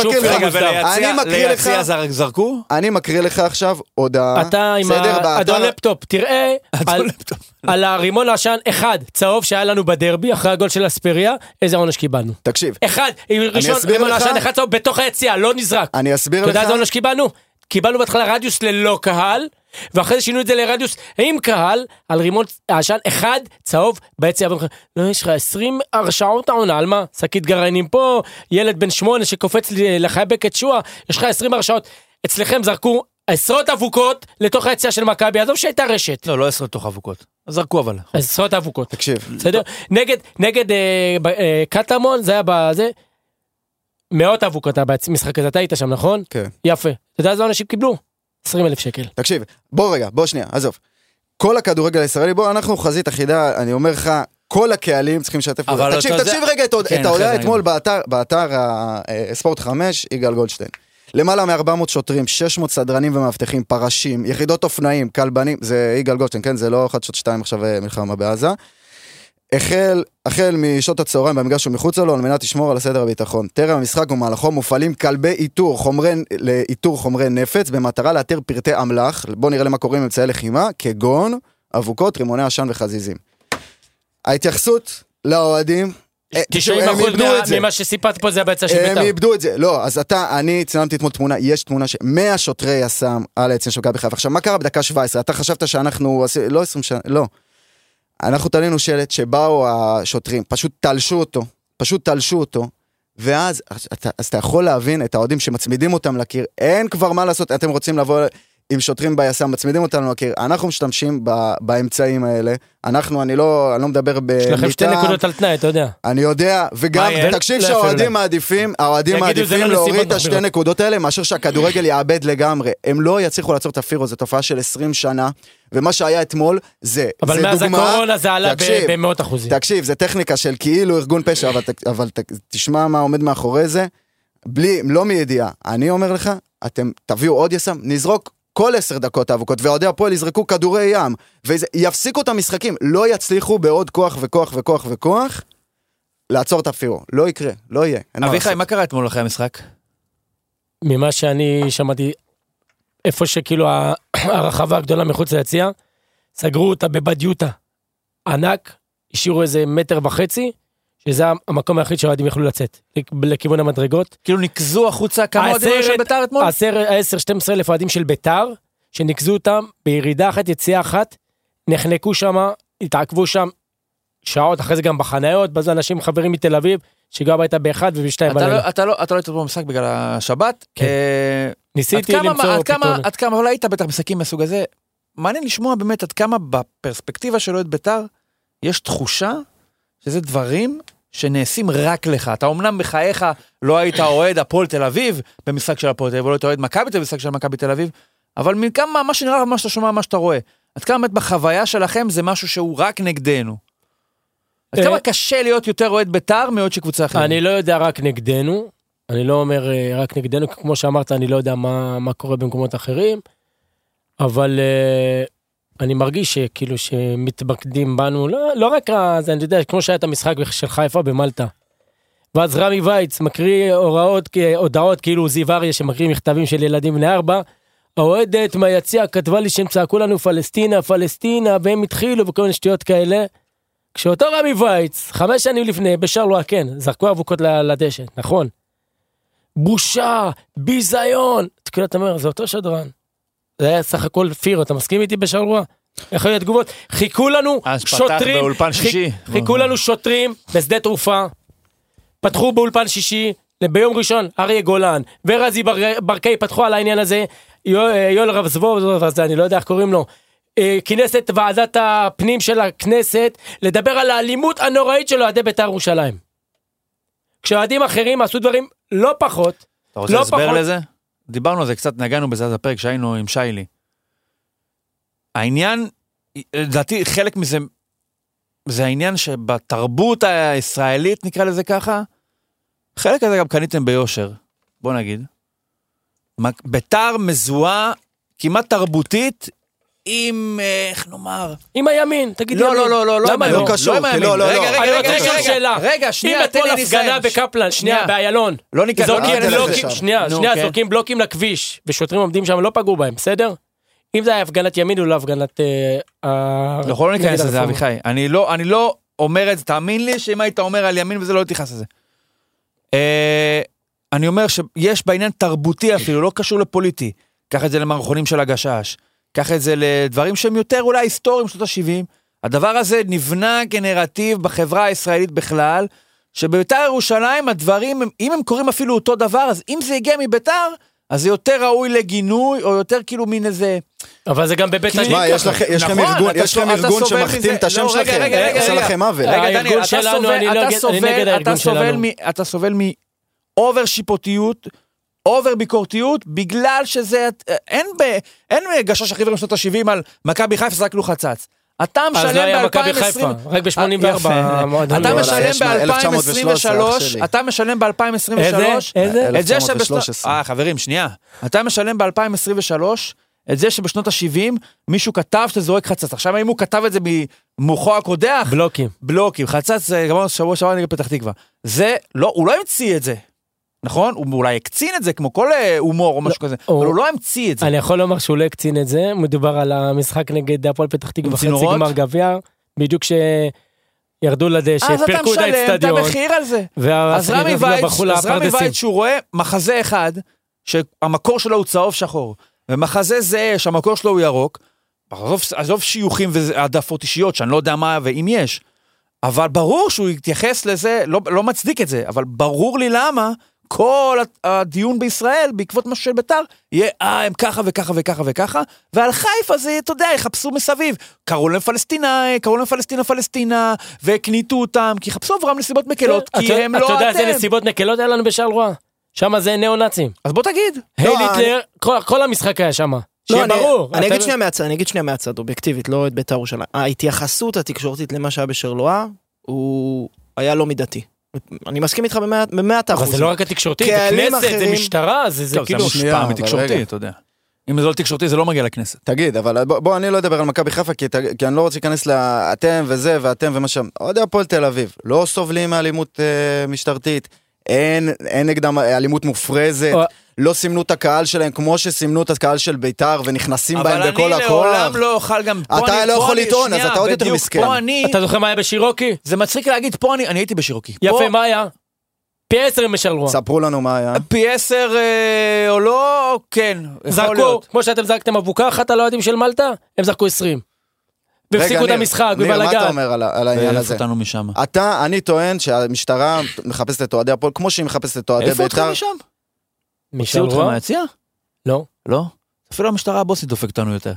אני מקריא לך עכשיו הודעה. אתה עם האדון לפטופ, תראה על הרימון העשן, 1, צהוב שהיה לנו בדרבי, אחרי הגול של אספריה, איזה עונש קיבלנו. תקשיב. 1, ראשון רימון העשן, 1 צהוב בתוך היציאה, לא נזרק. אני אסביר לך. אתה יודע איזה עונש קיבלנו? קיבלנו בהתחלה רדיוס ללא קהל, ואחרי זה שינו את זה לרדיוס עם קהל, על רימון העשן 1 צהוב ביציאה. לא, יש לך 20 הרשעות העונה, על מה? שקית גרעינים פה, ילד בן 8 שקופץ לחבק את שואה, יש לך 20 הרשעות. אצלכם זרקו 10 אבוקות לתוך היציאה של מכבי, עזוב שהייתה רשת. לא 10 תוך אבוקות. זרקו אבל. 10 אבוקות. תקשיב. בסדר? נגד קטמון, זה היה בזה. 100 אבוקות במשחק הזה, אתה היית שם, נכון? כן. יפה. אתה יודע איזה אנשים קיבלו? 20,000 שקל. תקשיב, בוא שנייה, עזוב. כל הכדורגל הישראלי, חזית חזית אחידה, אני אומר לך, כל הקהלים צריכים לשתף. תקשיב רגע את ההודעה אתמול באתר ספורט 5, יגאל גולדשטיין. למעלה מ-400 שוטרים, 600 סדרנים ומאבטחים, פרשים, יחידות אופנאים, כלבנים, זה יגאל גולדשטיין, כן? זה לא 1-2 עכשיו מלחמה בעזה. החל משעות הצהריים במגרש ומחוצה לו, על מנת לשמור על הסדר הביטחון. טרם המשחק ומהלכו מופעלים כלבי איתור חומרי נפץ, במטרה לאתר פרטי אמל"ח. בואו נראה למה קוראים אמצעי לחימה, כגון אבוקות, רימוני עשן וחזיזים. ההתייחסות לאוהדים 90% ממה שסיפרת פה זה הביצה של בית"ר. הם איבדו את זה. לא, אז אני צילמתי אתמול תמונה, יש תמונה ש100 שוטרי יס"מ על העצים של מכבי חיפה. עכשיו, מה קרה בדקה 17? אתה חשבת שאנחנו, לא 20 שנה, לא. אנחנו תלינו שלט שבאו השוטרים, פשוט תלשו אותו, ואז אתה יכול להבין את האוהדים שמצמידים אותם לקיר, אין כבר מה לעשות, אתם רוצים לבוא עם שוטרים ביס"מ, מצמידים אותנו לקיר, אנחנו משתמשים באמצעים האלה, אני לא מדבר במיטה. שלכם 2 נקודות על תנאי, אתה יודע. אני יודע, וגם תקשיב שהאוהדים מעדיפים להוריד את 2 נקודות האלה, מאשר שהכדורגל יאבד לגמרי, הם לא יצליחו לעצור את הפירו, זו תופעה של 20 שנה, ומה שהיה אתמול זה דוגמה. אבל מאז הקורונה זה עלה במאות אחוזים. תקשיב, זה טכניקה של כאילו ארגון פשע, אבל תשמע מה עומד מאחורי זה, לא מידיעה. אני אומר לך, אתם תביאו עוד יס"מ, נזרוק כל 10 דקות האבוקות, ועודי הפועל יזרקו כדורי ים, ויפסיקו את המשחקים, לא יצליחו בעוד כוח וכוח וכוח וכוח, לעצור את הפירו. לא יקרה, לא יהיה. אביחי, מה קרה אתמול אחרי המשחק? ממה שאני שמעתי, איפה שכאילו הרחבה הגדולה מחוץ ליציאה, סגרו אותה בבדיוטה ענק, השאירו איזה 1.5 מטר, שזה המקום היחיד שהאוהדים יכלו לצאת, לכיוון המדרגות. כאילו נקזו החוצה כמה אוהדים של בית"ר אתמול? 10-12 אלף אוהדים של בית"ר, שנקזו אותם בירידה אחת, יציאה אחת, נחנקו שם, התעכבו שם שעות, אחרי זה גם בחניות, בזה אנשים חברים מתל אביב, שגעו הביתה ב-1 וב-2 בלילה. אתה לא היית פה במשחק בגלל השבת? כן. ניסיתי למצוא פתרון. עד כמה, אולי היית בטח משחקים מסוג הזה, מעניין לשמוע באמת עד כמה בפרספקטיבה שלו את בית"ר, יש תחושה שזה דברים שנעשים רק לך. אתה אומנם בחייך לא היית אוהד הפועל תל אביב במשחק של הפועל תל אביב, ולא היית אוהד מכבי תל אביב במשחק של מכבי תל אביב, אבל מכמה מה שנראה, מה שאתה שומע, מה שאתה רואה, עד כמה באמת בחוויה שלכם זה משהו שהוא רק נגדנו. עד כמה קשה להיות יותר אוהד בית"ר מאוהד של קבוצה אחרת? אני לא יודע רק נגדנו, אני לא אומר רק נגדנו, כמו שאמרת, אני לא יודע מה קורה במקומות אחרים, אבל אני מרגיש שכאילו שמתמקדים בנו, לא רק אז אני יודע, כמו שהיה את המשחק של חיפה במלטה, ואז רמי וייץ מקריא הודעות כאילו זיו אריה שמקריא מכתבים של ילדים בני 4, האוהדת מהיציע כתבה לי שהם צעקו לנו פלסטינה, פלסטינה, והם התחילו וכל מיני שטויות כאלה, כשאותו רמי וייץ, 5 שנים לפני, בשרלואה, כן, זרקו אבוקות לדשא, נכון. בושה, ביזיון, אתה אומר, זה אותו שדרן. זה היה סך הכל פירו, אתה מסכים איתי בשרלואה? איך היו תגובות? חיכו לנו שוטרים, חיכו לנו שוטרים בשדה תעופה, פתחו באולפן שישי, ביום ראשון, אריה גולן, ורזי ברקאי פתחו על העניין הזה, יואל רבזבוב, אני לא יודע איך קוראים לו, כינס את ועדת הפנים של הכנסת, לדבר על האלימות הנוראית של אוהדי בית"ר ירושלים. כשאוהדים אחרים עשו דברים לא פחות. אתה רוצה להסבר לזה? דיברנו על זה קצת, נגענו בזה הפרק שהיינו עם שיילי. העניין, לדעתי חלק מזה, זה העניין שבתרבות הישראלית, נקרא לזה ככה, חלק הזה גם קניתם ביושר, בוא נגיד. בית"ר מזוהה כמעט תרבותית, עם, איך נאמר? עם הימין, תגיד ימין. לא, למה לא קשור? רגע, שנייה, אם אתמול הפגנה בקפלן, שנייה, באיילון, זורקים בלוקים לכביש, ושוטרים עומדים שם, לא פגעו בהם, בסדר? אם זה היה הפגנת ימין או לא הפגנת... לא ניכנס לזה, אביחי. אני לא אומר את זה, תאמין לי שאם היית אומר על ימין וזה לא תיחס לזה. אני אומר שיש בעניין תרבותי אפילו, לא קשור לפוליטי. קח את זה למערכונים של הגשש. קח את זה לדברים שהם יותר אולי היסטוריים שנות ה-70. הדבר הזה נבנה כנרטיב בחברה הישראלית בכלל, שבבית"ר ירושלים הדברים, אם הם קוראים אפילו אותו דבר, אז אם זה הגיע מבית"ר, אז זה יותר ראוי לגינוי, או יותר כאילו מין איזה... אבל זה גם בבית הדין. יש לכם ארגון שמחתים את השם שלכם, עושה לכם עוול. רגע, דניאל, אתה סובל מאובר שיפוטיות, אובר ביקורתיות, בגלל שזה, אין גשש הכי ורם שנות ה-70 על מכבי חיפה, רק לו חצץ. אתה משלם ב-2020, רק ב-84, אתה משלם ב-2023, חברים, שנייה, אתה משלם ב-2023, את זה שבשנות ה-70 מישהו כתב שאתה זורק חצץ. עכשיו אם הוא כתב את זה ממוחו הקודח, בלוקים, חצץ, גמרנו שבוע שעבר נגד פתח תקווה. זה, לא, הוא לא המציא את זה. נכון? הוא אולי הקצין את זה כמו כל הומור או משהו כזה, אבל הוא לא המציא את זה. אני יכול לומר שהוא לא הקצין את זה, מדובר על המשחק נגד הפועל פתח תקווה בחצי גמר גביע, בדיוק ירדו לדשא, פרקו את האצטדיון. אז אתה משלם את המחיר על זה. אז רמי וייץ, שהוא רואה מחזה אחד, שהמקור שלו הוא צהוב שחור, ומחזה זה שהמקור שלו הוא ירוק, עזוב שיוכים והעדפות אישיות, שאני לא יודע מה ואם יש, אבל ברור שהוא יתייחס לזה, לא מצדיק את זה, אבל ברור לי למה כל הדיון בישראל, בעקבות משהו של בית"ר, יהיה, הם ככה וככה וככה וככה, ועל חיפה זה, אתה יודע, יחפשו מסביב. קראו להם פלסטינה, והקניתו אותם, כי יחפשו עברם נסיבות מקלות, כי הם לא אתם. אתה יודע איזה נסיבות מקלות היה לנו בשרלרואה? שם זה נאו-נאצים. אז בוא תגיד. היל היטלר, כל המשחק היה שם. שיהיה ברור. אני אגיד שנייה מהצד, אובייקטיבית, לא את בית"ר ירושלים. ההתייחסות התקשורתית למה שהיה בשרלרואה, הוא היה לא מידתי. אני מסכים איתך ב100%. אבל זה לא רק התקשורתי, זה כנסת, זה משטרה, זה כאילו... זה מושפע מתקשורתי, אתה יודע. אם זה לא תקשורתי, זה לא מגיע לכנסת. תגיד, אבל בוא, אני לא אדבר על מכבי חיפה, כי אני לא רוצה להיכנס לאתם וזה, ואתם ומה שם. עוד הפועל תל אביב, לא סובלים מאלימות משטרתית, אין נגדם אלימות מופרזת, לא סימנו את הקהל שלהם כמו שסימנו את הקהל של בית"ר, ונכנסים בהם בכל הכוח. אבל אני לעולם לא אוכל גם... אתה לא יכול לטעון, אז אתה עוד יותר מסכן. אתה זוכר מה היה בשירוקי? זה מצחיק להגיד, פה אני הייתי בשירוקי. יפה, מה היה? פי 10 משלרוע. ספרו לנו מה היה. פי 10 או לא, כן. זרקו, כמו שאתם זרקתם אבוקה אחת על האוהדים של מלטה, הם זרקו 20. והפסיקו את המשחק, ניר, מה אתה אומר על העניין הזה? אותנו משם. אני טוען שהמשטרה מחפשת את אוהדי הפועל, כמו שהיא מחפשת את אוהדי בית"ר. איפה אותך משם? הוציאו אותך מהיציע? לא. לא? אפילו המשטרה הבוסית דופק אותנו יותר.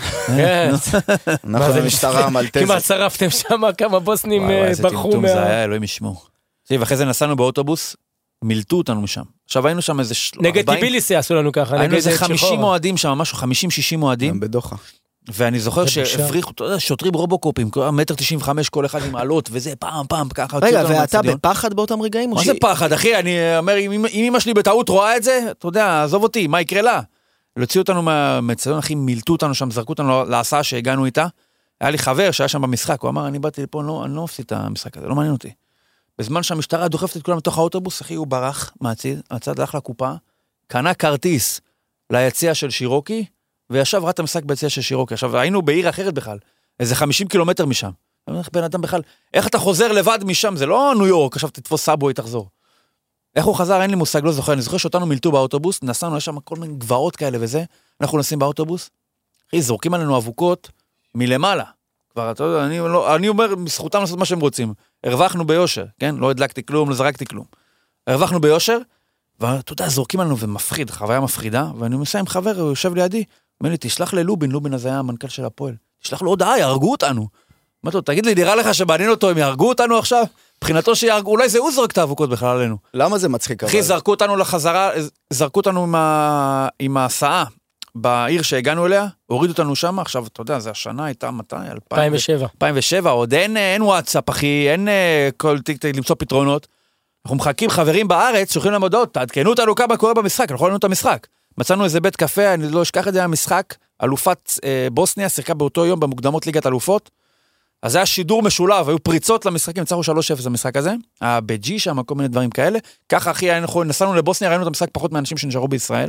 אנחנו המשטרה המלטזית. כמעט שרפתם שם כמה בוסנים ברחו מה... זה היה, אלוהים ישמעו. ואחרי זה נסענו באוטובוס, מילטו אותנו משם. עכשיו היינו שם איזה... נגד טיביליסי עשו לנו ככה. היינו איזה 50 אוהדים שם, משהו 50-60 אוהדים. בדוחה. ואני זוכר שהפריחו, אתה יודע, שוטרים רובוקופים, 1.95 כל אחד עם עלות, וזה פעם, ככה. רגע, ואתה בפחד באותם רגעים? מה זה פחד, אחי? אני אומר, אם אמא שלי בטעות רואה את זה, אתה יודע, עזוב אותי, מה יקרה לה? להוציא אותנו מהמציון, אחי, מילטו אותנו שם, זרקו אותנו להסעה שהגענו איתה. היה לי חבר שהיה שם במשחק, הוא אמר, אני באתי לפה, אני לא אפסיד את המשחק הזה, לא מעניין אותי. בזמן שהמשטרה דוחפת את כולם בתוך האוטובוס, אחי, הוא ברח מהצד, הלך לקופה, קנה כרטיס ליציע של שירוקי, וישב ראה את המשחק ביציע של שירוקי. עכשיו, היינו בעיר אחרת בכלל, איזה 50 קילומטר משם. איך בן אדם בכלל, איך אתה חוזר לבד משם? זה לא ניו יורק, עכשיו תתפוס סאבווי, תחזור. איך הוא חזר? אין לי מושג, לא זוכר. אני זוכר שאותנו מילטו באוטובוס, נסענו, יש שם כל מיני גבעות כאלה וזה, אנחנו נסים באוטובוס, אחי, זורקים עלינו אבוקות מלמעלה. כבר, אתה יודע, אני אומר, זכותם לעשות מה שהם רוצים. הרווחנו ביושר, כן? לא הדלקתי כלום, לא זרקתי כלום. הרווחנו ביושר, ואתה יודע, זורקים עלינו ומפחיד, חוויה מפחידה, ואני מסיים חבר, הוא יושב לידי, אומר לי, תשלח ללובין, לובין הזה היה המנכ"ל של הפועל, תשלח לו הודעה, יהרגו אותנו. אמרתי לו, תגיד לי, נראה לך שבעניין אותו, הם יהרגו אותנו עכשיו? מבחינתו שיהרגו, אולי זה הוא זרק את האבוקות בכלל עלינו. למה זה מצחיק? אחי, זרקו אותנו לחזרה, זרקו אותנו עם ההסעה בעיר שהגענו אליה, הורידו אותנו שם, עכשיו, אתה יודע, זה השנה הייתה מתי? 2007, עוד אין וואטסאפ, אחי, אין כל תיק למצוא פתרונות. אנחנו מחכים חברים בארץ, שולחים להם הודעות, תעדכנו אותנו כמה קורה במשחק, אנחנו ראינו את המשחק. מצאנו איזה בית קפה, אני לא אשכח את זה, המשחק, אלופת בוסניה, שיחקה באותו יום במוקדמות ליגת אלופות, אז זה היה שידור משולב, היו פריצות למשחקים, ניצחנו 3-0 במשחק הזה, בג'י שם, כל מיני דברים כאלה, ככה אחי, אנחנו נסענו לבוסניה, ראינו את המשחק פחות מאנשים שנשארו בישראל,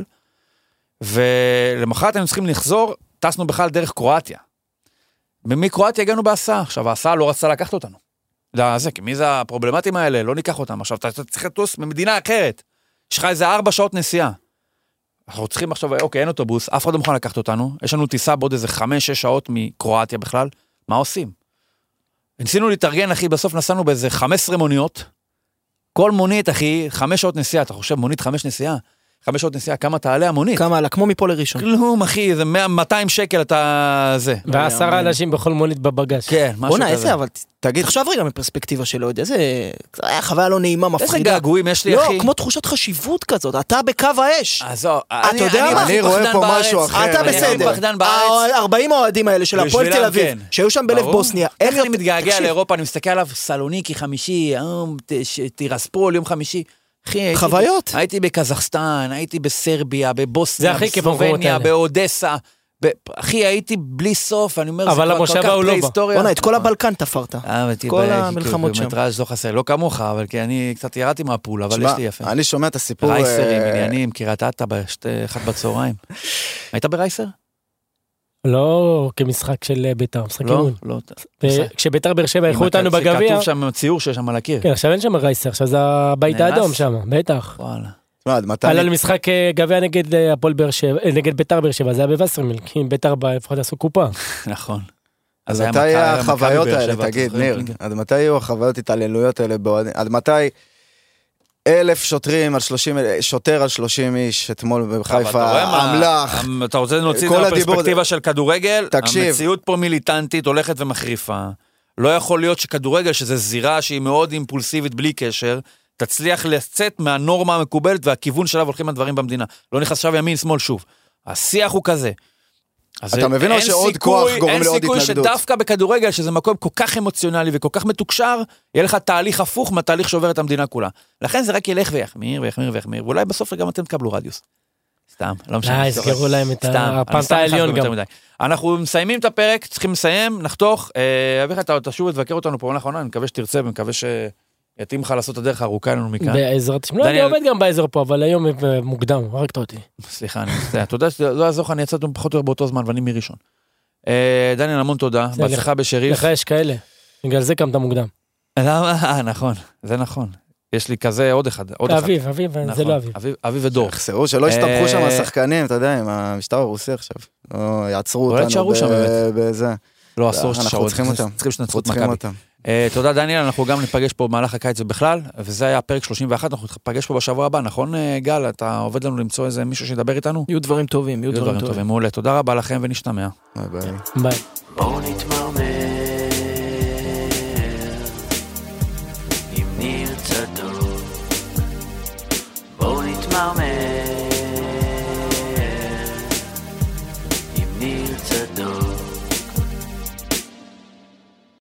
ולמחרת היינו צריכים לחזור, טסנו בכלל דרך קרואטיה. מקרואטיה הגענו בהסעה, עכשיו ההסעה לא רצתה לקחת אותנו. זה, כי מי זה הפרובלמטים האלה? לא ניקח אותם. עכשיו אתה צריך לטוס ממדינה אחרת. יש לך איזה 4 שעות נסיעה. אנחנו צריכים עכשיו, אוקיי, אין אוטובוס, אף אחד לא מוכן לקחת אותנו, יש לנו טיסה בעוד איזה 5-6 שעות מקרואטיה בכלל, מה עושים? ניסינו להתארגן, אחי, בסוף נסענו באיזה 15 מוניות, כל מונית, אחי, 5 שעות נסיעה, אתה חושב, מונית 5 נסיעה? 5 שעות נסיעה, כמה תעלה המונית? כמה עלה, כמו מפה לראשון. כלום, אחי, זה 200 שקל אתה זה. ו10 אנשים בכל מונית בבגש. כן, משהו כזה. איזה, אבל תגיד, עכשיו רגע מפרספקטיבה שלו, איזה חוויה לא נעימה, מפחידה. איזה געגועים יש לי, אחי. לא, כמו תחושת חשיבות כזאת, אתה בקו האש. אתה יודע מה? אני רואה פה משהו אחר. אתה בסדר. 40 האוהדים האלה של הפועל תל אביב, שהיו שם בלב בוסניה. איך אני מתגעגע לאירופה, אני מסתכל עליו, סלוניקי חמישי, טירספול יום חמישי. חוויות. הייתי בקזחסטן, הייתי בסרביה, בבוסניה, בסלובניה, באודסה. אחי, הייתי בלי סוף, אני אומר, אבל המושב הוא לא בא. בונה, את כל הבלקן תפרת. כל המלחמות שם. מטראז' לא חסר, לא כמוך, אבל כי אני קצת ירדתי מהפול, אבל יש לי יפה. אני שומע את הסיפור... רייסרים, עניינים, קריית אתא, ב1 בצהריים. היית ברייסר? לא כמשחק של ביתר, משחק אימון. לא. כשביתר באר שבע איכו אותנו בגביע. כתוב שם ציור שיש שם על הקיר. כן, עכשיו אין שם רייסר, עכשיו זה הבית האדום שם, בטח. וואלה. על משחק גביע נגד הפועל באר שבע, נגד ביתר באר שבע, זה היה בווסרמיל, כי ביתר לפחות עשו קופה. נכון. אז מתי החוויות האלה, תגיד, ניר, עד מתי יהיו החוויות התעללויות האלה באוהדים? עד מתי 1,000 שוטרים על 30, שוטר על 30 איש אתמול בחיפה, אמל"ח. אתה רוצה להוציא את הפרספקטיבה של כדורגל? המציאות פה מיליטנטית הולכת ומחריפה. לא יכול להיות שכדורגל, שזה זירה שהיא מאוד אימפולסיבית בלי קשר, תצליח לצאת מהנורמה המקובלת והכיוון שלה הולכים הדברים במדינה. לא נכנס עכשיו ימין, שמאל שוב. השיח הוא כזה. אתה מבין או שעוד כוח גורם לעוד התנגדות? אין סיכוי שדווקא בכדורגל, שזה מקום כל כך אמוציונלי וכל כך מתוקשר, יהיה לך תהליך הפוך מהתהליך שעובר את המדינה כולה. לכן זה רק ילך ויחמיר, ואולי בסוף גם אתם תקבלו רדיוס. סתם, לא משנה. הסגרו להם את הפנטה העליון גם. אנחנו מסיימים את הפרק, צריכים לסיים, נחתוך. אביך, אתה תשוב ותבקר אותנו פה לאחרונה, אני מקווה שתרצה, ומקווה יתאים לך לעשות הדרך הארוכה לנו מכאן. בעזרת, לא, אני עובד גם באזור פה, אבל היום מוקדם, הרגת אותי. סליחה, אני מצטער. אתה יודע שלא יעזור לך, אני יצאתי פחות או יותר באותו זמן, ואני מראשון. דניאל, המון תודה, בהצלחה בשריף. לך יש כאלה, בגלל זה קמת מוקדם. למה? נכון, זה נכון. יש לי כזה עוד אחד. אביב, זה לא אביב. אביב ודור. חסרו, שלא יסתבכו שם השחקנים, אתה יודע, עם המשטר הרוסי עכשיו. לא יעצרו אותנו בזה. לא, אסור אנחנו צריכים אותם. צריכים שנצחות מכבי. תודה דניאל, אנחנו גם נפגש פה במהלך הקיץ ובכלל, וזה היה פרק 31, אנחנו נפגש פה בשבוע הבא, נכון גל? אתה עובד לנו למצוא איזה מישהו שידבר איתנו? יהיו דברים טובים, מעולה, תודה רבה לכם ונשתמע. ביי. ביי.